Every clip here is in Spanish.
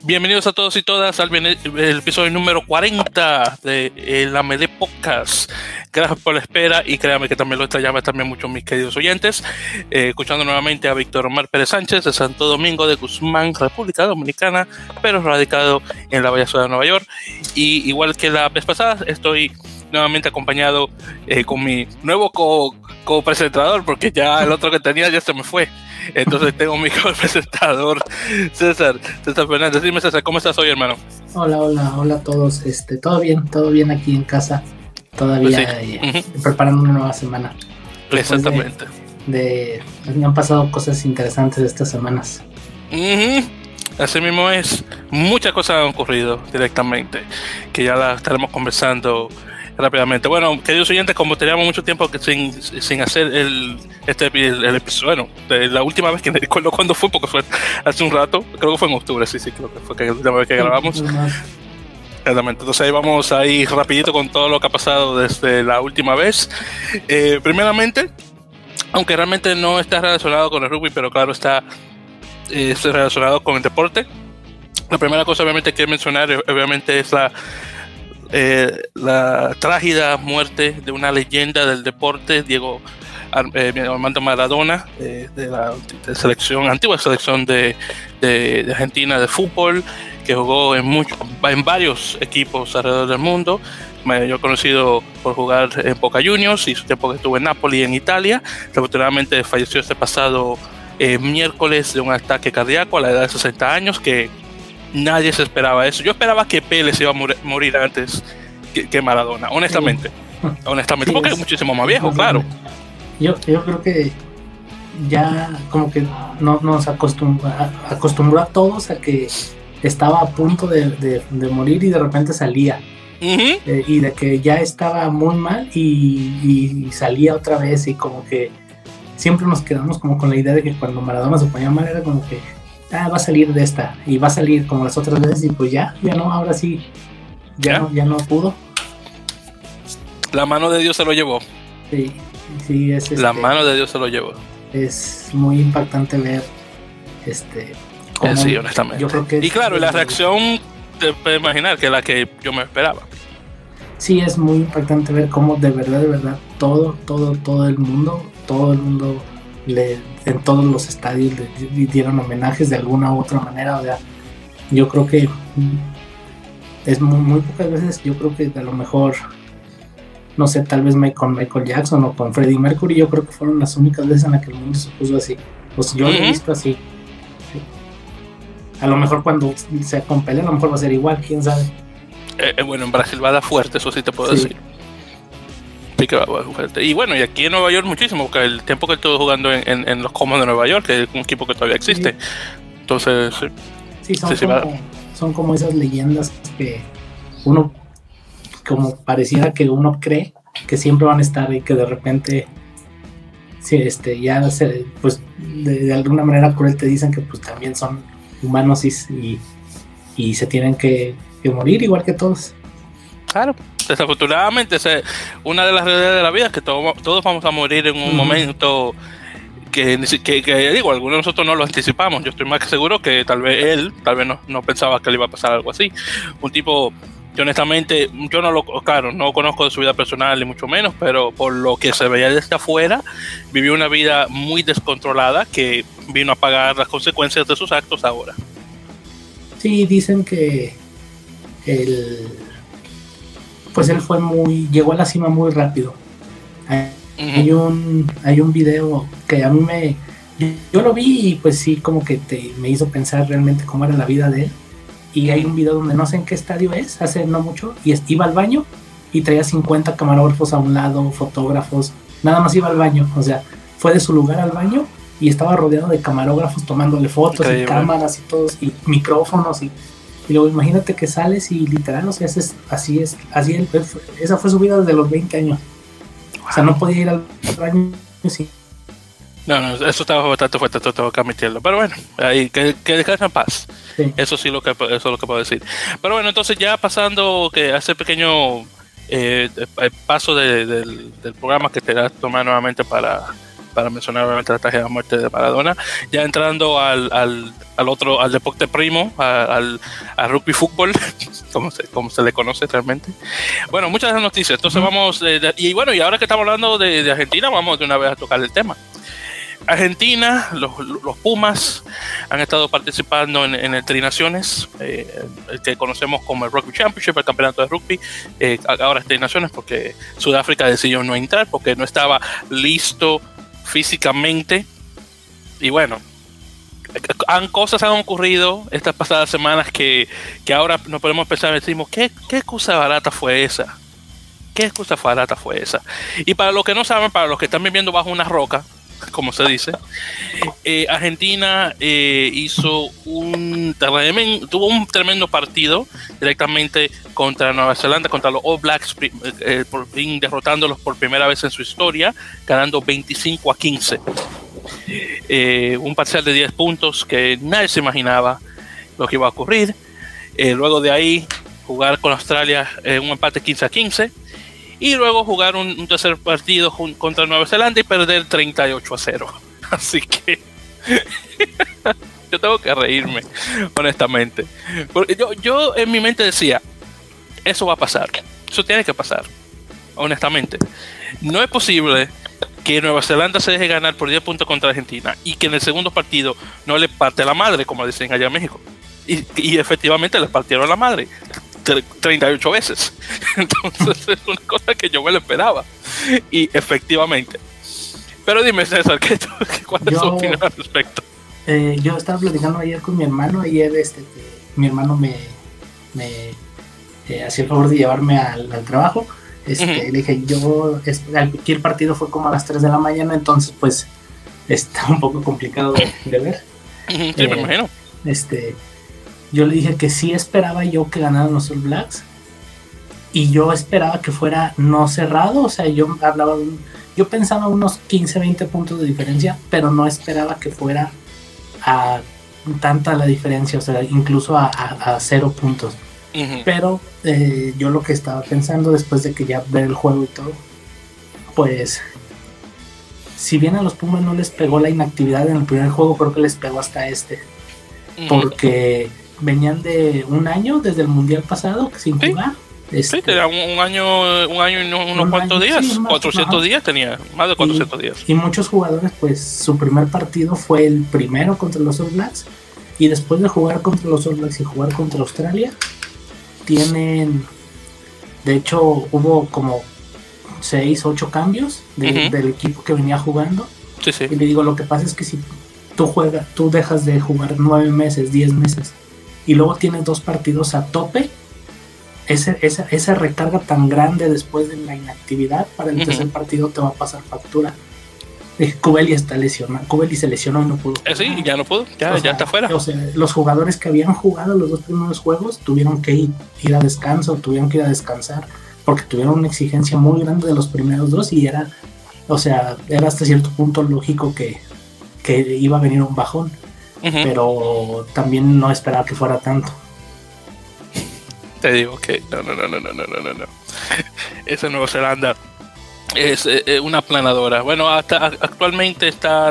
Bienvenidos a todos y todas al el episodio número 40 de la Melee Podcast. Gracias por la espera y créanme que también lo extrañaba también muchos mis queridos oyentes. Escuchando nuevamente a Víctor Omar Pérez Sánchez de Santo Domingo de Guzmán, República Dominicana, pero radicado en la bella ciudad de Nueva York. Y igual que la vez pasada, estoy nuevamente acompañado con mi nuevo co-presentador, porque ya el otro que tenía ya se me fue. Entonces tengo mi co-presentador, César Fernández. Dime, César, ¿cómo estás hoy, hermano? Hola a todos. Todo bien aquí en casa. Todavía pues sí. Preparando una nueva semana. Exactamente. Me han pasado cosas interesantes estas semanas. Así mismo es. Muchas cosas han ocurrido directamente, que ya las estaremos conversando rápidamente. Bueno, queridos oyentes, como teníamos mucho tiempo sin hacer el episodio, bueno, la última vez que no recuerdo cuándo fue, porque fue hace un rato, creo que fue en octubre, sí, creo que fue la última vez que grabamos. Exactamente, entonces ahí vamos a ir rapidito con todo lo que ha pasado desde la última vez. Primeramente, aunque realmente no está relacionado con el rugby, pero claro, está relacionado con el deporte. La primera cosa obviamente que mencionar obviamente es la trágica muerte de una leyenda del deporte, Diego Armando Maradona, de la antigua selección de Argentina de fútbol, que jugó en varios equipos alrededor del mundo. Yo conocido por jugar en Boca Juniors y su tiempo que estuvo en Napoli, en Italia. Desafortunadamente falleció este pasado miércoles de un ataque cardíaco a la edad de 60 años, que nadie se esperaba eso. Yo esperaba que Pelé se iba a morir antes que Maradona, honestamente. Honestamente, porque es muchísimo más viejo, claro. Yo creo que ya como que nos acostumbró a todos a que estaba a punto de morir y de repente salía. Y de que ya estaba muy mal y salía otra vez, y como que siempre nos quedamos como con la idea de que cuando Maradona se ponía mal era como que va a salir de esta y va a salir como las otras veces, y pues ya no, ahora sí ya no pudo. La mano de Dios se lo llevó. Sí, es la mano de Dios se lo llevó. Es muy impactante ver sí, honestamente. Yo creo que y claro, la reacción te puedes imaginar que es la que yo me esperaba. Sí, es muy impactante ver cómo de verdad todo el mundo en todos los estadios le dieron homenajes de alguna u otra manera. O sea, yo creo que es muy pocas veces. Yo creo que a lo mejor, no sé, tal vez con Michael Jackson o con Freddie Mercury, yo creo que fueron las únicas veces en las que el mundo se puso así. Pues yo lo he visto así. Sí. A lo mejor cuando sea con Pelé, a lo mejor va a ser igual, quién sabe. Bueno, en Brasil va a dar fuerte, eso sí te puedo decir. Sí que va a dar fuerte. Y bueno, y aquí en Nueva York muchísimo, porque el tiempo que estuve jugando en los Comos de Nueva York, que es un equipo que todavía existe. Sí. Entonces, son como esas leyendas que uno, como pareciera que uno cree que siempre van a estar, y que de repente pues de alguna manera cruel te dicen que pues también son humanos y se tienen que morir igual que todos. Claro, desafortunadamente es una de las realidades de la vida, que todos vamos a morir en un momento que digo, algunos de nosotros no lo anticipamos. Yo estoy más que seguro que tal vez no pensaba que le iba a pasar algo así. Un tipo que honestamente yo no conozco de su vida personal ni mucho menos, pero por lo que se veía desde afuera, vivió una vida muy descontrolada que vino a pagar las consecuencias de sus actos ahora. Sí, dicen que él llegó a la cima muy rápido. Hay un video que a mí yo lo vi, y pues sí, como que me hizo pensar realmente cómo era la vida de él. Y hay un video donde no sé en qué estadio es, hace no mucho, y iba al baño y traía 50 camarógrafos a un lado, fotógrafos, nada más iba al baño. O sea, fue de su lugar al baño y estaba rodeado de camarógrafos tomándole fotos. Increíble. Y cámaras y todos, y micrófonos, y luego imagínate que sales y literal, o sea, así esa fue su vida desde los 20 años. O sea, no podía ir al baño, sí. No, eso estaba bastante fuerte, esto tengo que admitirlo. Pero bueno, ahí, que descanse en paz. Sí. Eso es lo que puedo decir. Pero bueno, entonces ya pasando que hace pequeño paso del programa que te da tomar nuevamente para para mencionar obviamente la tragedia de muerte de Maradona. Ya entrando al deporte primo, al rugby fútbol, como se le conoce realmente. Bueno, muchas noticias. Entonces vamos, y ahora que estamos hablando de Argentina, vamos de una vez a tocar el tema. Argentina, los Pumas han estado participando en el Tri Naciones, el que conocemos como el Rugby Championship, el campeonato de rugby. Ahora es Tri Naciones porque Sudáfrica decidió no entrar porque no estaba listo físicamente. Y bueno, cosas han ocurrido estas pasadas semanas que ahora nos podemos pensar y decimos, ¿qué excusa barata fue esa? ¿Qué excusa barata fue esa? Y para los que no saben, para los que están viviendo bajo una roca, como se dice, Argentina tuvo un tremendo partido directamente contra Nueva Zelanda, contra los All Blacks, por fin derrotándolos por primera vez en su historia, ganando 25-15. Un parcial de 10 puntos que nadie se imaginaba lo que iba a ocurrir. Luego de ahí jugar con Australia un empate 15-15 y luego jugar un tercer partido contra Nueva Zelanda y perder 38-0. Así que yo tengo que reírme, honestamente, porque yo en mi mente decía, eso va a pasar, eso tiene que pasar, honestamente. No es posible que Nueva Zelanda se deje ganar por 10 puntos contra Argentina y que en el segundo partido no le parte la madre, como dicen allá en México. Y efectivamente le partieron la madre 38 veces. Entonces es una cosa que yo me lo esperaba. Y efectivamente. Pero dime, César, ¿cuál es tu opinión al respecto? Yo estaba platicando ayer con mi hermano. Ayer mi hermano me hacía el favor de llevarme al trabajo. Le dije, aquí el partido fue como a las 3 de la mañana, entonces pues está un poco complicado de ver. Sí, me imagino. Yo le dije que sí esperaba yo que ganaran los All Blacks y yo esperaba que fuera no cerrado, o sea, yo pensaba unos 15-20 puntos de diferencia, pero no esperaba que fuera a tanta la diferencia, o sea, incluso a 0 puntos. Pero yo lo que estaba pensando después de que ya ver el juego y todo, pues si bien a los Pumas no les pegó la inactividad en el primer juego, creo que les pegó hasta porque venían de un año desde el mundial pasado sin jugar. Sí, tenía un año y unos cuantos días, sí, 400 días tenía, más de 400 días. Y muchos jugadores, pues su primer partido fue el primero contra los All Blacks, y después de jugar contra los All Blacks y jugar contra Australia, de hecho hubo como 6-8 cambios del equipo que venía jugando. Sí. Y le digo, lo que pasa es que si tú dejas de jugar 9 meses, 10 meses y luego tienes 2 partidos a tope, esa recarga tan grande después de la inactividad para el tercer partido te va a pasar factura. Cubelli está lesionado, Cubelli se lesionó y no pudo jugar. Sí, ya no pudo, ya está fuera. O sea, los jugadores que habían jugado los 2 primeros juegos tuvieron que ir a descanso, tuvieron que ir a descansar porque tuvieron una exigencia muy grande de los primeros 2 y era hasta cierto punto lógico que iba a venir un bajón, pero también no esperaba que fuera tanto. Te digo que no. Esa Nueva Zelanda es una aplanadora. Bueno, hasta actualmente está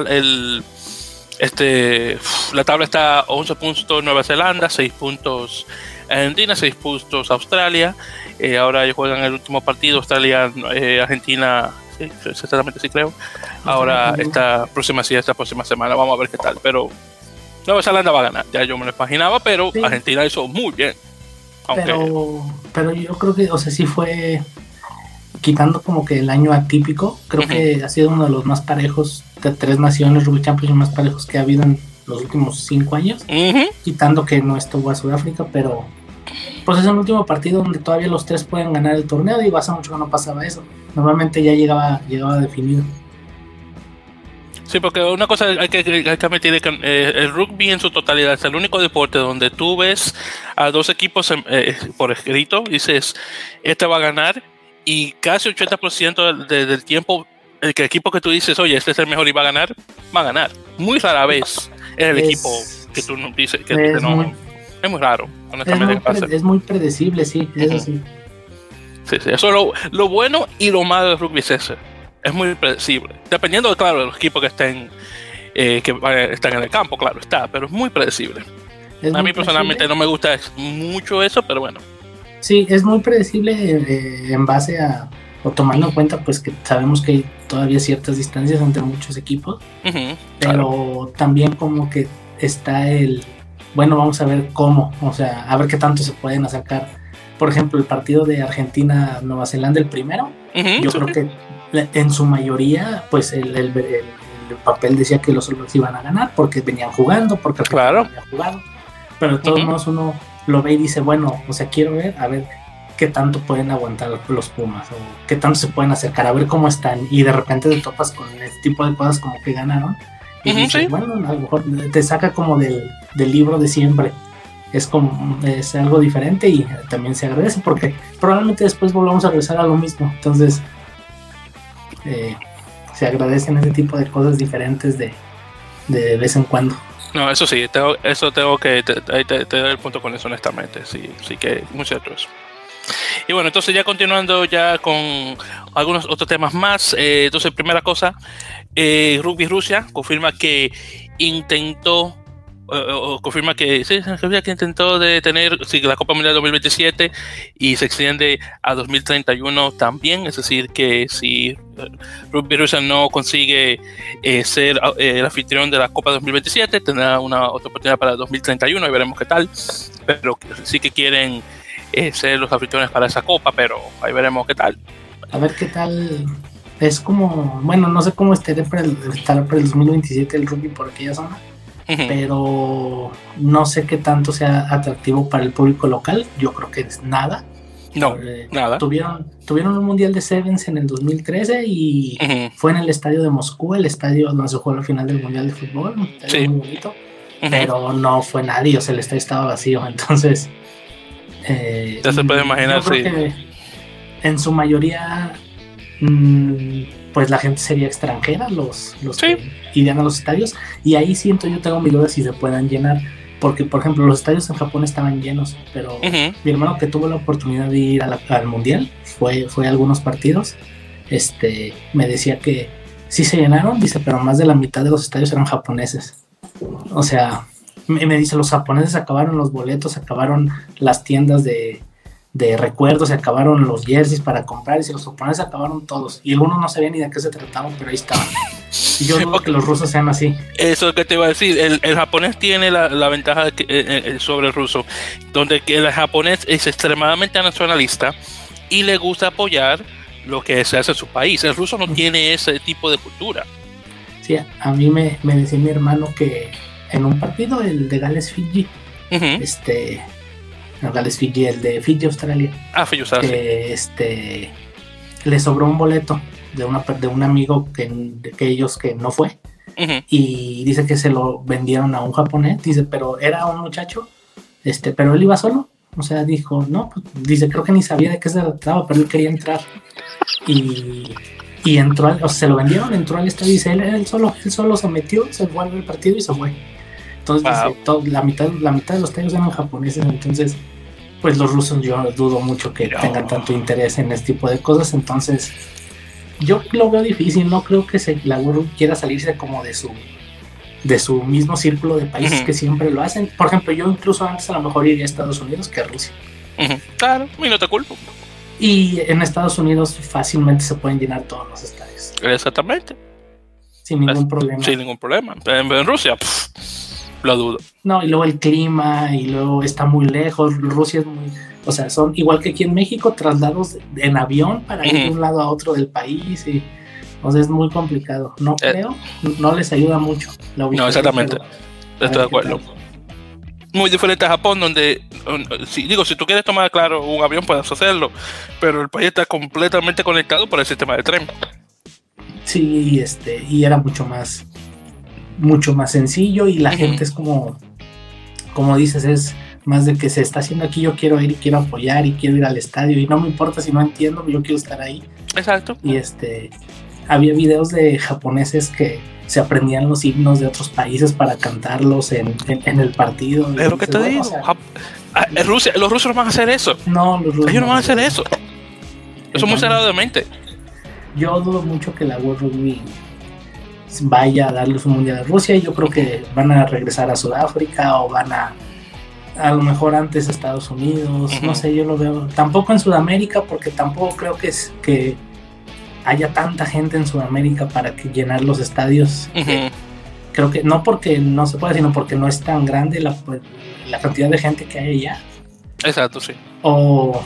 la tabla está 11 puntos Nueva Zelanda, 6 puntos Argentina, 6 puntos Australia. Ahora ellos juegan el último partido, Australia, Argentina. Sí, exactamente, sí creo. Ahora esta próxima semana vamos a ver qué tal, pero Nueva Zelanda va a ganar, ya yo me lo imaginaba, pero sí. Argentina hizo muy bien. Pero yo creo que, o sea, sí fue, quitando como que el año atípico, creo que ha sido uno de los más parejos de 3 naciones, Rugby Championship más parejos que ha habido en los últimos 5 años, quitando que no estuvo a Sudáfrica, pero pues es el último partido donde todavía los 3 pueden ganar el torneo, y hace mucho que no pasaba eso. Normalmente ya llegaba definido. Sí, porque una cosa hay que admitir que el rugby en su totalidad es el único deporte donde tú ves a 2 equipos por escrito, dices, este va a ganar, y casi 80% del tiempo el equipo que tú dices, oye, este es el mejor y va a ganar. Muy rara vez es el equipo que tú no dices que no. Es muy raro, honestamente. Es muy predecible, sí, eso sí. Sí, eso es lo bueno y lo malo del rugby es ese. es muy predecible. Dependiendo, claro, de los equipos que estén están en el campo, claro está, pero es muy predecible. A mí personalmente no me gusta mucho eso, pero bueno. Sí, es muy predecible en base a, o tomando en cuenta pues que sabemos que hay todavía ciertas distancias entre muchos equipos, pero también como que está bueno, vamos a ver cómo, o sea, a ver qué tanto se pueden acercar. Por ejemplo, el partido de Argentina-Nueva Zelanda, el primero, yo creo que en su mayoría, pues el papel decía que los All iban a ganar porque venían jugando, porque claro. habían jugado, pero de todos modos uno lo ve y dice, bueno, o sea, quiero ver, a ver qué tanto pueden aguantar los Pumas, o qué tanto se pueden acercar, a ver cómo están, y de repente te topas con este tipo de cosas como que ganaron, y dices, bueno, a lo mejor te saca como del libro de siempre, es algo diferente y también se agradece, porque probablemente después volvamos a regresar a lo mismo, entonces se agradecen ese tipo de cosas diferentes de vez en cuando. No, eso sí, tengo que te doy el punto con eso, honestamente, sí que muy cierto eso. Y bueno, entonces ya continuando ya con algunos otros temas más, entonces primera cosa, Rugby Rusia confirma que intentó confirma que intentó detener la Copa Mundial 2027 y se extiende a 2031 también, es decir que si Rugby Rusia no consigue ser el anfitrión de la Copa 2027 tendrá una otra oportunidad para 2031 y veremos qué tal, pero sí que quieren ser los anfitriones para esa Copa, pero ahí veremos qué tal. A ver qué tal. Es como, bueno, no sé cómo estará para el 2027 el rugby por aquella zona, pero no sé qué tanto sea atractivo para el público local. Yo creo que es nada. Nada. Tuvieron un mundial de Sevens en el 2013 y fue en el estadio de Moscú, el estadio donde se jugó la final del mundial de fútbol, un estadio muy bonito, pero no fue nadie, o sea, el estadio estaba vacío, entonces ya se puede imaginar, yo creo que en su mayoría pues la gente sería extranjera, los que irían a los estadios, y ahí tengo mi duda si se puedan llenar, porque por ejemplo los estadios en Japón estaban llenos, pero mi hermano, que tuvo la oportunidad de ir al mundial, fue a algunos partidos, me decía que sí se llenaron, dice, pero más de la mitad de los estadios eran japoneses, o sea, me dice, los japoneses acabaron los boletos, acabaron las tiendas de recuerdos, se acabaron los jerseys para comprar, y si los japoneses acabaron todos, y algunos no sabían ni de qué se trataban, pero ahí estaban. Y yo dudo que los rusos sean así. Eso es que te iba a decir, el japonés tiene la ventaja sobre el ruso, donde el japonés es extremadamente nacionalista y le gusta apoyar lo que se hace en su país. El ruso no tiene ese tipo de cultura. Sí, a mí me decía mi hermano que en un partido, el de Gales-Fiji, Gales-Fiji, el de Fiji-Australia, que le sobró un boleto de un amigo que no fue, y dice que se lo vendieron a un japonés, dice, pero era un muchacho, pero él iba solo, o sea, dijo, no, pues, dice, creo que ni sabía de qué se trataba, pero él quería entrar, y entró, o sea, se lo vendieron, entró al estadio, dice, él solo se metió, se fue al partido y se fue. Entonces dice, la mitad de los estadios eran japoneses, entonces pues los rusos yo dudo mucho que tengan tanto interés en este tipo de cosas, entonces yo lo veo difícil, no creo que la URU quiera salirse como de su mismo círculo de países que siempre lo hacen. Por ejemplo, yo incluso antes a lo mejor iría a Estados Unidos que a Rusia. Claro, y no te culpo. Y en Estados Unidos fácilmente se pueden llenar todos los estadios. Exactamente. Sin ningún problema. Sin ningún problema. En Rusia, lo dudo. No, y luego el clima, y luego está muy lejos. Rusia es muy... O sea, son igual que aquí en México, traslados en avión para ir de un lado a otro del país. Y, o sea, es muy complicado. No creo, no les ayuda mucho la ubicación. No, exactamente. Estoy de acuerdo. Muy diferente a Japón, donde si tú quieres tomar, claro, un avión, puedes hacerlo, pero el país está completamente conectado por el sistema de tren. Sí, y era mucho más sencillo, y la gente es como dices, es más de que se está haciendo aquí, yo quiero ir y quiero apoyar y quiero ir al estadio, y no me importa si no entiendo, yo quiero estar ahí. Exacto. Y había videos de japoneses que se aprendían los himnos de otros países para cantarlos en el partido. Es lo que te digo. O sea, los rusos no van a hacer eso. No, los rusos ellos no van a hacer eso. Eso es muy cerrado de mente. yo dudo mucho que la World Rugby vaya a darle su mundial a Rusia. Yo creo que van a regresar a Sudáfrica o van a lo mejor antes a Estados Unidos, no sé, yo lo veo. Tampoco en Sudamérica, porque tampoco creo que haya tanta gente en Sudamérica para que llenar los estadios. Creo que no porque no se pueda, sino porque no es tan grande la cantidad de gente que hay allá. Exacto, sí. O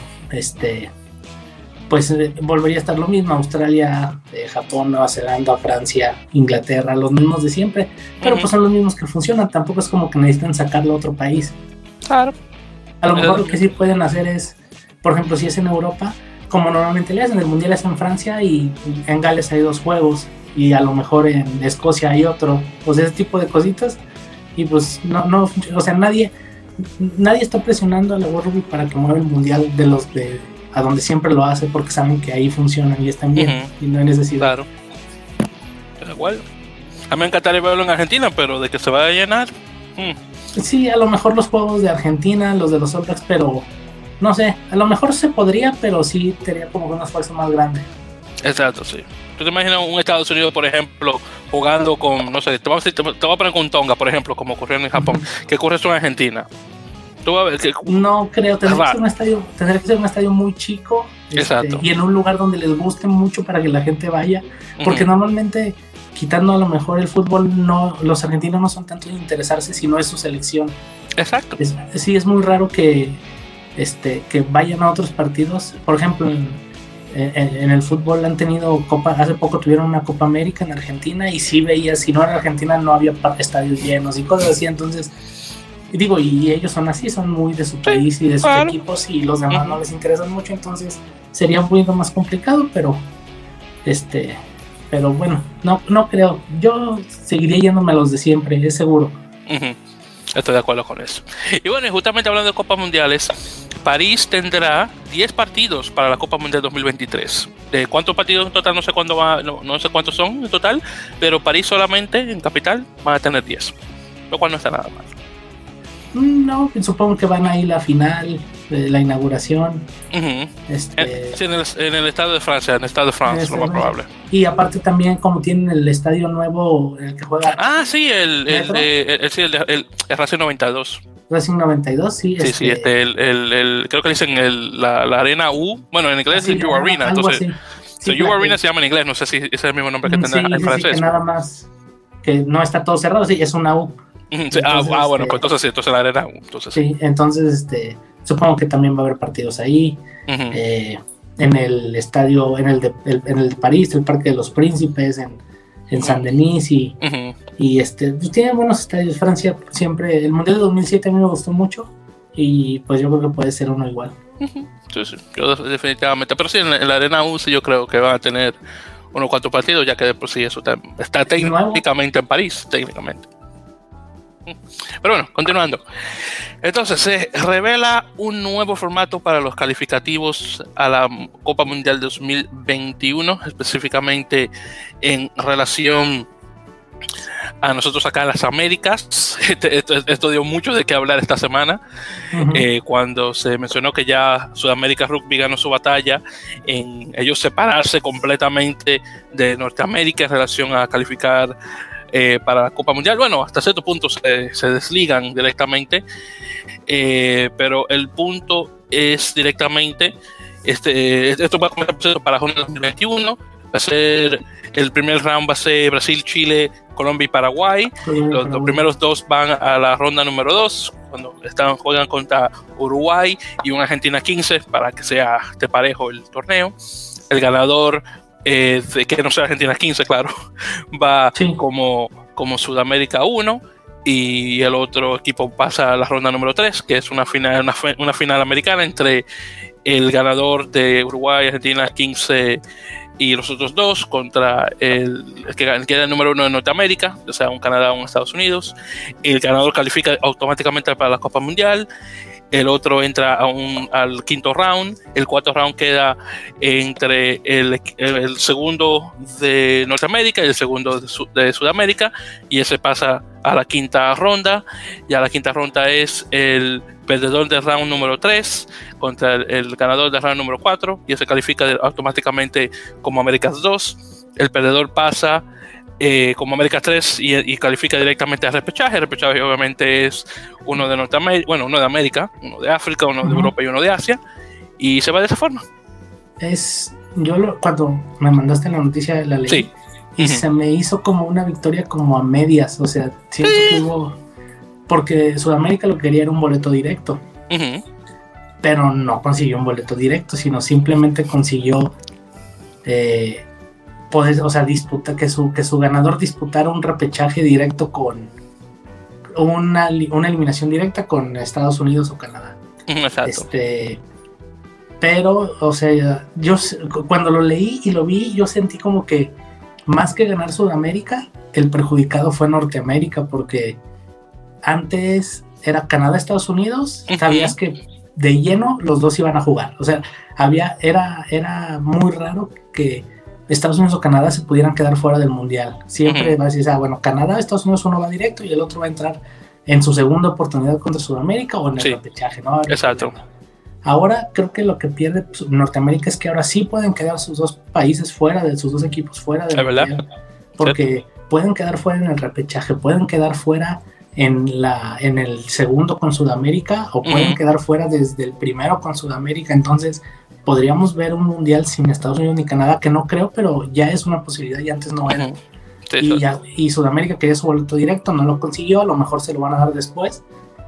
pues volvería a estar lo mismo, Australia, Japón, Nueva Zelanda, Francia, Inglaterra, los mismos de siempre, pero pues son los mismos que funcionan, tampoco es como que necesiten sacarlo a otro país. Claro. A lo mejor lo que sí pueden hacer es, por ejemplo, si es en Europa, como normalmente le hacen, el mundial es en Francia y en Gales hay 2 juegos y a lo mejor en Escocia hay otro, o sea, ese tipo de cositas, y pues no, o sea, nadie está presionando a la World Rugby para que mueva el mundial de a donde siempre lo hace, porque saben que ahí funcionan y están bien, y no hay necesidad. Claro. Pero igual, a mí me encantaría verlo en Argentina, pero de que se vaya a llenar. Sí, a lo mejor los juegos de Argentina, los de los All Blacks, pero no sé, a lo mejor se podría, pero sí tenía como un esfuerzo más grande. Exacto, sí. ¿Tú te imaginas un Estados Unidos, por ejemplo, jugando con, no sé, te voy a poner con Tonga, por ejemplo, como ocurrió en Japón, que ocurre eso en Argentina? Tú vas a ver que... No creo, tendría que ser un estadio muy chico, y en un lugar donde les guste mucho para que la gente vaya, porque normalmente, quitando a lo mejor el fútbol, los argentinos no son tanto de interesarse si no es su selección. Exacto. Sí, es muy raro que vayan a otros partidos. Por ejemplo, en el fútbol han tenido hace poco tuvieron una Copa América en Argentina y sí veías, si no era Argentina no había estadios llenos y cosas así, entonces digo, y ellos son así, son muy de su país y de sus equipos, y los demás no les interesan mucho, entonces sería un poquito más complicado, pero bueno, no creo, yo seguiría yéndome a los de siempre, es seguro. Estoy de acuerdo con eso. Y bueno, y justamente hablando de Copas Mundiales, París tendrá 10 partidos para la Copa Mundial 2023. ¿De cuántos partidos en total? No sé cuándo no sé cuántos son en total, pero París solamente en capital van a tener 10, lo cual no está nada mal. No, supongo que van a ir a la final de la inauguración. Sí, en el Estado de Francia, en el Estado de France, lo más probable. Y aparte también, como tienen el estadio nuevo en el que juega. Ah, sí, el Racing 92. Racing 92, sí. Sí, creo que dicen la Arena U. Bueno, en inglés es U Arena, entonces. Sí, U Arena se llama en inglés, no sé si ese es el mismo nombre que tendrá en francés. Que nada más, que no está todo cerrado, sí, es una U. Entonces, bueno, pues entonces la Arena U. Sí, entonces supongo que también va a haber partidos ahí. En el estadio, en el de París, el Parque de los Príncipes, en Saint-Denis y pues tiene buenos estadios. Francia siempre, el Mundial de 2007 a mí me gustó mucho y pues yo creo que puede ser uno igual. Sí, yo definitivamente, pero sí, en la Arena U sí yo creo que van a tener unos cuantos partidos, ya que de por sí eso está técnicamente en París, técnicamente. Pero bueno, continuando. Entonces se revela un nuevo formato para los calificativos a la Copa Mundial 2021, específicamente en relación a nosotros acá en las Américas. Esto dio mucho de qué hablar esta semana, cuando se mencionó que ya Sudamérica Rugby ganó su batalla en ellos separarse completamente de Norteamérica en relación a calificar para la Copa Mundial. Bueno, hasta cierto punto se desligan directamente, pero el punto es directamente esto va a comenzar para junio de 2021. Va a ser el primer round, va a ser Brasil, Chile, Colombia y Paraguay. Los primeros dos van a la ronda número 2, cuando juegan contra Uruguay y un Argentina 15, para que sea de parejo el torneo. El ganador, que no sea Argentina 15, claro, va como Sudamérica 1, y el otro equipo pasa a la ronda número 3, que es una final americana entre el ganador de Uruguay, Argentina 15 y los otros dos contra el que queda el número 1 de Norteamérica, o sea, un Canadá o un Estados Unidos. El ganador califica automáticamente para la Copa Mundial el otro entra al quinto round, el cuarto round queda entre el segundo de Norteamérica y el segundo de Sudamérica, y ese pasa a la quinta ronda. Y a la quinta ronda es el perdedor del round número 3 contra el ganador del round número 4, y ese califica automáticamente como Américas 2. El perdedor pasa como América 3 y califica directamente al repechaje. El repechaje obviamente es uno de Norteamérica, bueno, uno de América, uno de África, uno de Europa y uno de Asia, y se va de esa forma. Cuando me mandaste la noticia la leí, sí. Y se me hizo como una victoria como a medias, o sea, siento que hubo, porque Sudamérica lo que quería era un boleto directo, pero no consiguió un boleto directo, sino simplemente consiguió poder, o sea, que su ganador disputara un repechaje directo con una eliminación directa con Estados Unidos o Canadá. Exacto. Pero, o sea, yo cuando lo leí y lo vi, yo sentí como que más que ganar Sudamérica, el perjudicado fue Norteamérica, porque antes era Canadá, Estados Unidos, sabías que de lleno los dos iban a jugar, o sea, era muy raro que Estados Unidos o Canadá se pudieran quedar fuera del mundial. Siempre va a decir, bueno, Canadá, Estados Unidos, uno va directo y el otro va a entrar en su segunda oportunidad contra Sudamérica o en el repechaje, ¿no? Exacto. Ahora creo que lo que pierde Norteamérica es que ahora sí pueden quedar sus dos países fuera, sus dos equipos fuera del mundial, porque pueden quedar fuera en el repechaje, pueden quedar fuera en el segundo con Sudamérica, o pueden quedar fuera desde el primero con Sudamérica. Entonces podríamos ver un mundial sin Estados Unidos ni Canadá, que no creo, pero ya es una posibilidad y antes no era. Y Sudamérica quería su boleto directo, no lo consiguió, a lo mejor se lo van a dar después.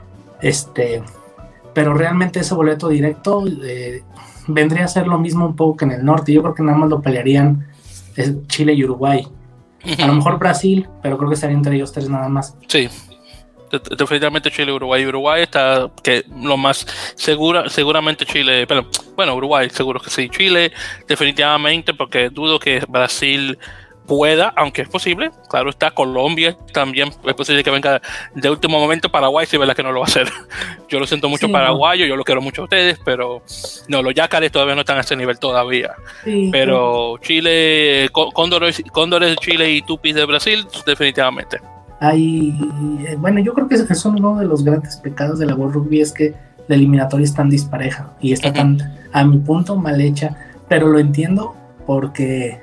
Pero realmente ese boleto directo vendría a ser lo mismo un poco que en el norte. Yo creo que nada más lo pelearían Chile y Uruguay. A lo mejor Brasil, pero creo que estaría entre ellos tres nada más. Sí. Definitivamente Chile, Uruguay. Uruguay está que lo más seguramente Chile, pero bueno, Uruguay seguro que sí. Chile definitivamente, porque dudo que Brasil pueda, aunque es posible. Claro está, Colombia también es posible que venga de último momento. Paraguay sí, verdad que no lo va a hacer. Yo lo siento mucho, paraguayo, yo lo quiero mucho a ustedes, pero no, los Yacarés todavía no están a ese nivel todavía. Pero Chile, Cóndores de Chile y Tupis de Brasil, definitivamente. Bueno, yo creo que es uno de los grandes pecados de la World Rugby, es que la eliminatoria es tan dispareja y está tan, a mi punto, mal hecha, pero lo entiendo porque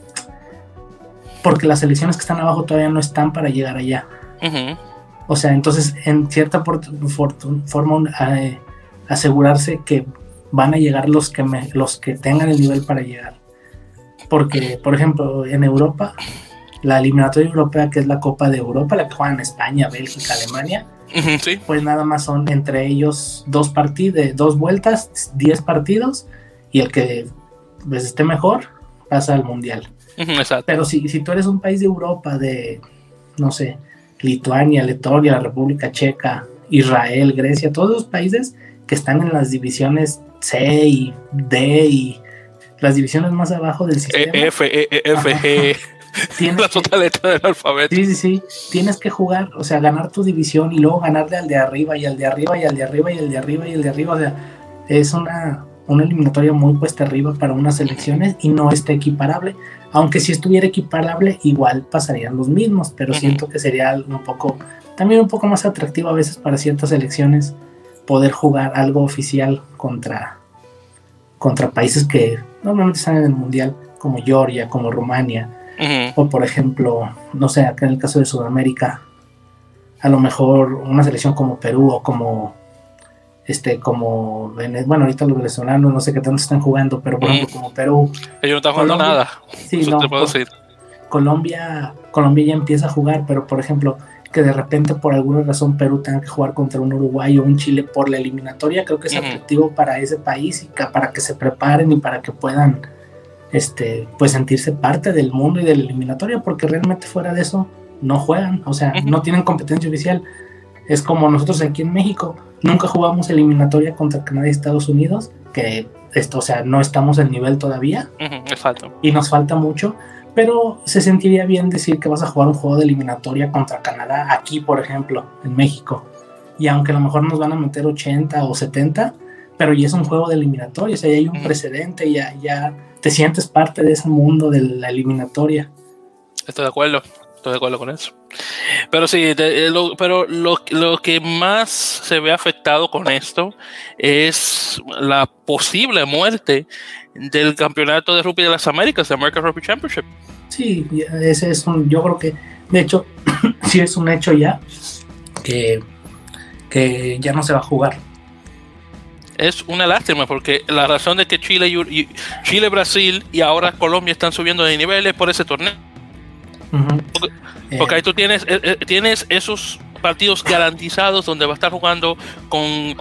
las selecciones que están abajo todavía no están para llegar allá. O sea, entonces en cierta forma asegurarse que van a llegar los que tengan el nivel para llegar, porque por ejemplo en Europa, la eliminatoria europea, que es la Copa de Europa, la que juegan España, Bélgica, Alemania, pues nada más son entre ellos dos vueltas, 10 partidos, y el que pues esté mejor pasa al mundial. Exacto. Pero si tú eres un país de Europa, de, no sé, Lituania, Letonia, la República Checa, Israel, Grecia, todos los países que están en las divisiones C y D y las divisiones más abajo del sistema, F, G, las otras letras del alfabeto. Sí, tienes que jugar, o sea, ganar tu división y luego ganarle al de arriba y al de arriba y al de arriba y al de arriba y al de arriba. O sea, es una eliminatoria muy cuesta arriba para unas selecciones y no está equiparable. Aunque si estuviera equiparable, igual pasarían los mismos, pero siento que sería también un poco más atractivo a veces para ciertas selecciones poder jugar algo oficial contra países que normalmente están en el mundial, como Georgia, como Rumania. O por ejemplo, no sé, acá en el caso de Sudamérica, a lo mejor una selección como Perú o como bueno, ahorita los venezolanos no sé qué tanto están jugando, pero por ejemplo como Perú, ellos no están jugando nada. Sí, eso no, te puedo decir. Colombia ya empieza a jugar, pero por ejemplo que de repente por alguna razón Perú tenga que jugar contra un Uruguay o un Chile por la eliminatoria, creo que es atractivo para ese país y para que se preparen y para que puedan pues sentirse parte del mundo y de la eliminatoria, porque realmente fuera de eso no juegan, o sea, no tienen competencia oficial. Es como nosotros aquí en México nunca jugamos eliminatoria contra Canadá y Estados Unidos, que o sea, no estamos al nivel todavía. Exacto. Y nos falta mucho, pero se sentiría bien decir que vas a jugar un juego de eliminatoria contra Canadá aquí, por ejemplo, en México. y aunque a lo mejor nos van a meter 80 o 70, pero ya es un juego de eliminatoria, o sea, ya hay un precedente, ya te sientes parte de ese mundo de la eliminatoria. Estoy de acuerdo con eso. Pero sí, lo que más se ve afectado con esto es la posible muerte del campeonato de rugby de las Américas, de American Rugby Championship. Sí, ese es yo creo que, de hecho, sí es un hecho ya que ya no se va a jugar. Es una lástima porque la razón de que Chile, Brasil y ahora Colombia están subiendo de nivel es por ese torneo. Porque ahí tú tienes esos partidos garantizados donde va a estar jugando con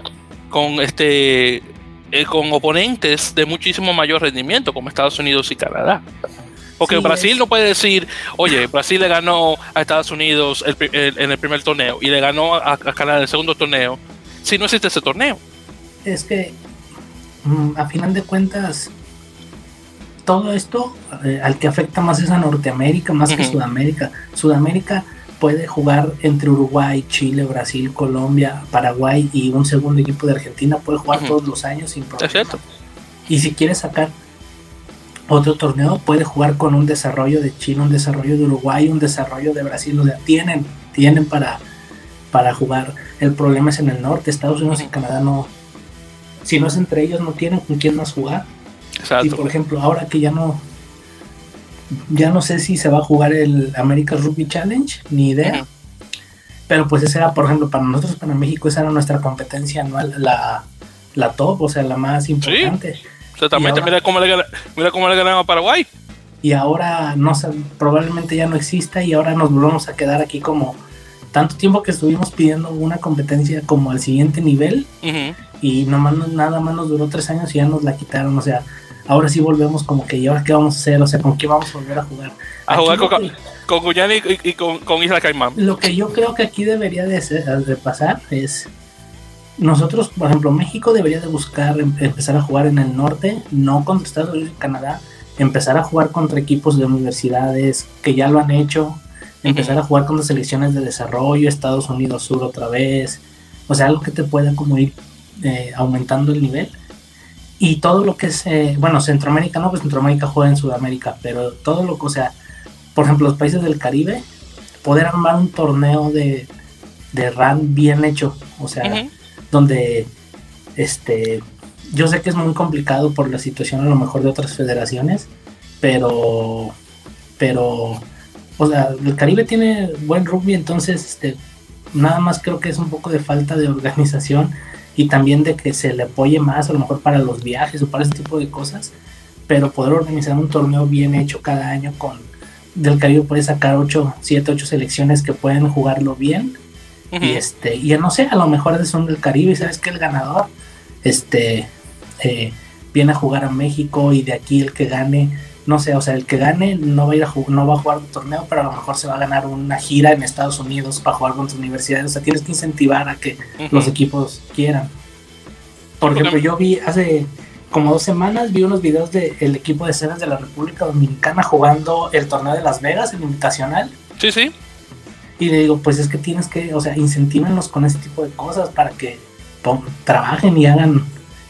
oponentes de muchísimo mayor rendimiento como Estados Unidos y Canadá. Porque sí, Brasil no puede decir, oye, Brasil le ganó a Estados Unidos en el primer torneo y le ganó a Canadá en el segundo torneo, si no existe ese torneo. Es que a final de cuentas todo esto al que afecta más es a Norteamérica más que Sudamérica. Sudamérica puede jugar entre Uruguay, Chile, Brasil, Colombia, Paraguay y un segundo equipo de Argentina puede jugar todos los años sin problema. Y si quiere sacar otro torneo puede jugar con un desarrollo de Chile, un desarrollo de Uruguay, un desarrollo de Brasil, o sea, tienen para jugar. El problema es en el norte, Estados Unidos y Canadá no, si no es entre ellos no tienen con quién más jugar. Exacto. Y por ejemplo, ahora que ya no sé si se va a jugar el American Rugby Challenge, ni idea. Pero pues esa era, por ejemplo, para nosotros, para México, esa era nuestra competencia anual, la top, o sea, la más importante. Sí, exactamente, ahora, mira cómo le ganaron a Paraguay. Y ahora probablemente ya no exista y ahora nos volvemos a quedar aquí como tanto tiempo que estuvimos pidiendo una competencia como al siguiente nivel y nada más nos duró 3 años y ya nos la quitaron, o sea, ahora sí volvemos como que, ¿y ahora qué vamos a hacer? O sea, ¿con qué vamos a volver a jugar? A jugar con Guyana y con Isla Caimán. Lo que yo creo que aquí debería de pasar es, nosotros, por ejemplo, México debería de buscar empezar a jugar en el norte, no contra Estados Unidos y Canadá, empezar a jugar contra equipos de universidades que ya lo han hecho, empezar a jugar contra selecciones de desarrollo, Estados Unidos Sur otra vez, o sea, algo que te pueda como ir aumentando el nivel. Y todo lo que es, Centroamérica, no, pues Centroamérica juega en Sudamérica, pero todo lo que, o sea, por ejemplo, los países del Caribe, poder armar un torneo de RAN bien hecho, o sea, donde, yo sé que es muy complicado por la situación a lo mejor de otras federaciones, pero, o sea, el Caribe tiene buen rugby, entonces, nada más creo que es un poco de falta de organización y también de que se le apoye más a lo mejor para los viajes o para ese tipo de cosas, pero poder organizar un torneo bien hecho cada año del Caribe puede sacar 7, 8 selecciones que pueden jugarlo bien y no sé, a lo mejor son del Caribe y sabes que el ganador viene a jugar a México y de aquí el que gane, no sé, o sea, el que gane no va a jugar un torneo, pero a lo mejor se va a ganar una gira en Estados Unidos para jugar contra universidades. O sea, tienes que incentivar a que los equipos quieran. Por ejemplo, yo vi hace como 2 semanas, vi unos videos del equipo de Sevens de la República Dominicana jugando el torneo de Las Vegas, el invitacional. Sí, sí. Y le digo, pues es que tienes que, o sea, incentívenlos con ese tipo de cosas para que trabajen y hagan,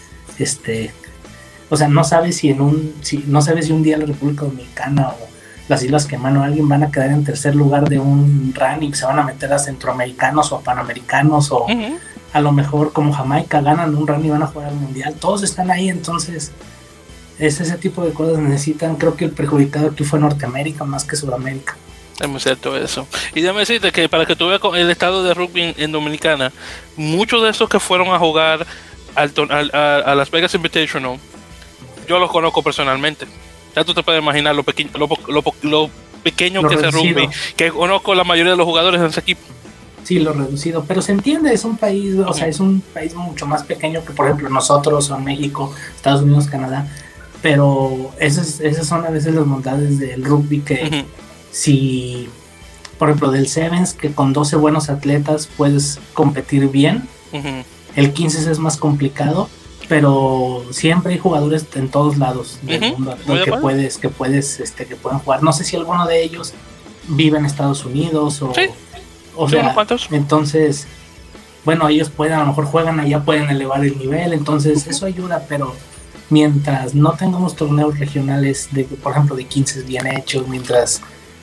o sea, no sabes si un día la República Dominicana o las Islas Caimán o alguien van a quedar en tercer lugar de un run y se van a meter a centroamericanos o a panamericanos o a lo mejor como Jamaica ganan un run y van a jugar al mundial. Todos están ahí, entonces es ese tipo de cosas necesitan. Creo que el perjudicado aquí fue Norteamérica más que Sudamérica. Es muy cierto eso. Y déjame decirte que para que tú veas el estado de rugby en Dominicana, muchos de esos que fueron a jugar a Las Vegas Invitational, yo los conozco personalmente. Ya tú te puedes imaginar lo pequeño que es el rugby, que conozco la mayoría de los jugadores de ese equipo. Sí, lo reducido, pero se entiende, es un país, o sea, es un país mucho más pequeño que por ejemplo nosotros o México, Estados Unidos, Canadá, pero esas son a veces las bondades del rugby que si, por ejemplo, del Sevens, que con 12 buenos atletas puedes competir bien, el 15 es más complicado, pero siempre hay jugadores en todos lados del mundo que pueden jugar. No sé si alguno de ellos vive en Estados Unidos o sea, entonces bueno, ellos pueden, a lo mejor juegan allá, pueden elevar el nivel, entonces eso ayuda, pero mientras no tengamos torneos regionales, por ejemplo, de 15 bien hechos, mientras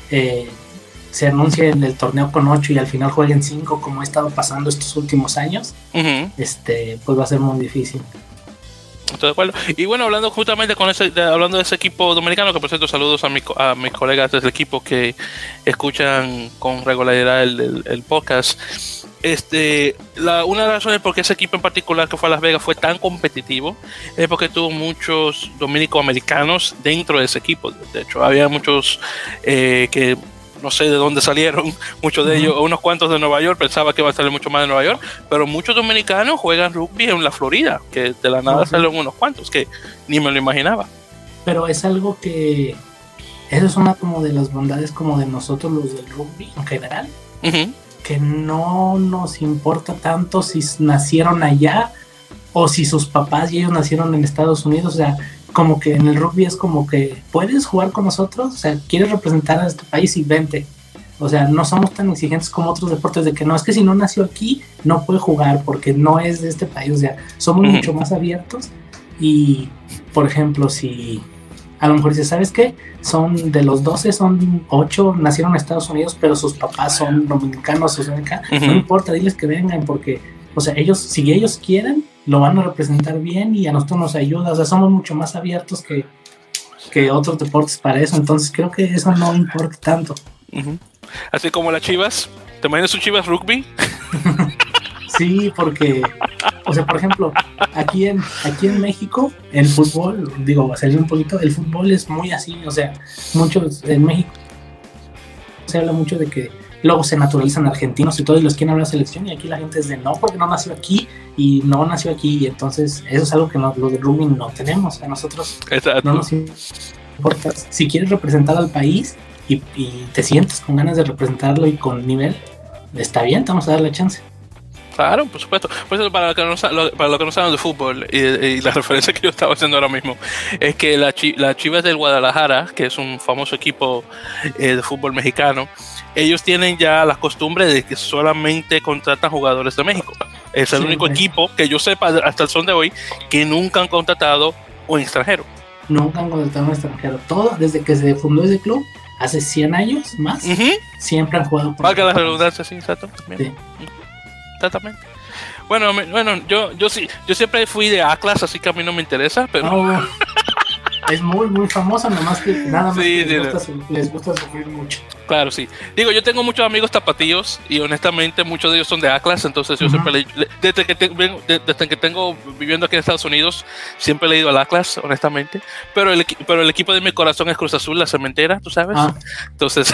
se anuncie el torneo con 8 y al final jueguen 5, como ha estado pasando estos últimos años, pues va a ser muy difícil. Estoy de acuerdo. Y bueno, hablando justamente hablando de ese equipo dominicano, que por cierto saludos a mis colegas del equipo que escuchan con regularidad el podcast. Una de las razones por qué ese equipo en particular que fue a Las Vegas fue tan competitivo es porque tuvo muchos dominico-americanos dentro de ese equipo. De hecho, había muchos que no sé de dónde salieron, muchos de ellos, unos cuantos de Nueva York, pensaba que iba a salir mucho más de Nueva York, pero muchos dominicanos juegan rugby en la Florida, que de la nada salieron unos cuantos, que ni me lo imaginaba. Pero es algo que, eso es una como de las bondades como de nosotros los del rugby en general, que no nos importa tanto si nacieron allá o si sus papás y ellos nacieron en Estados Unidos, o sea, como que en el rugby es como que puedes jugar con nosotros, o sea, quieres representar a este país y vente. O sea, no somos tan exigentes como otros deportes de que no, es que si no nació aquí no puede jugar porque no es de este país, o sea, somos mucho más abiertos. Y, por ejemplo, si a lo mejor dices, ¿sabes qué? Son de los 12, son 8 nacieron en Estados Unidos, pero sus papás son dominicanos, o sea, no importa, diles que vengan porque, o sea, ellos, si ellos quieren, lo van a representar bien y a nosotros nos ayuda, o sea, somos mucho más abiertos que otros deportes para eso, entonces creo que eso no importa tanto. Así como las Chivas, ¿te imaginas un Chivas rugby? Sí, porque, o sea, por ejemplo, aquí en México, el fútbol, digo, salir un poquito, el fútbol es muy así, o sea, muchos en México se habla mucho de que luego se naturalizan argentinos y todos los quieren hablar de selección y aquí la gente es de no, porque no nació aquí y no nació aquí, y entonces eso es algo que los de rugby no tenemos, a nosotros no nos importa. Si quieres representar al país y te sientes con ganas de representarlo y con nivel, está bien, te vamos a dar la chance. Claro, por supuesto. Por eso, para lo que no saben de fútbol y la referencia que yo estaba haciendo ahora mismo, es que las Chivas del Guadalajara, que es un famoso equipo de fútbol mexicano, ellos tienen ya la costumbre de que solamente contratan jugadores de México. Es el único equipo que yo sepa hasta el son de hoy que nunca han contratado un extranjero. Nunca han contratado un extranjero. Todo, desde que se fundó ese club, hace 100 años más, siempre han jugado con valga la redundancia, sí, exacto. Sí. Exactamente. Bueno, yo sí, yo siempre fui de Atlas, así que a mí no me interesa, pero... No, es muy, muy famosa, nomás que nada más les gusta sufrir mucho. Claro, sí. Digo, yo tengo muchos amigos tapatíos y honestamente muchos de ellos son de Atlas, entonces yo siempre desde que tengo viviendo aquí en Estados Unidos, siempre he leído al Atlas, honestamente, pero el equipo de mi corazón es Cruz Azul, la cementera, tú sabes. Entonces...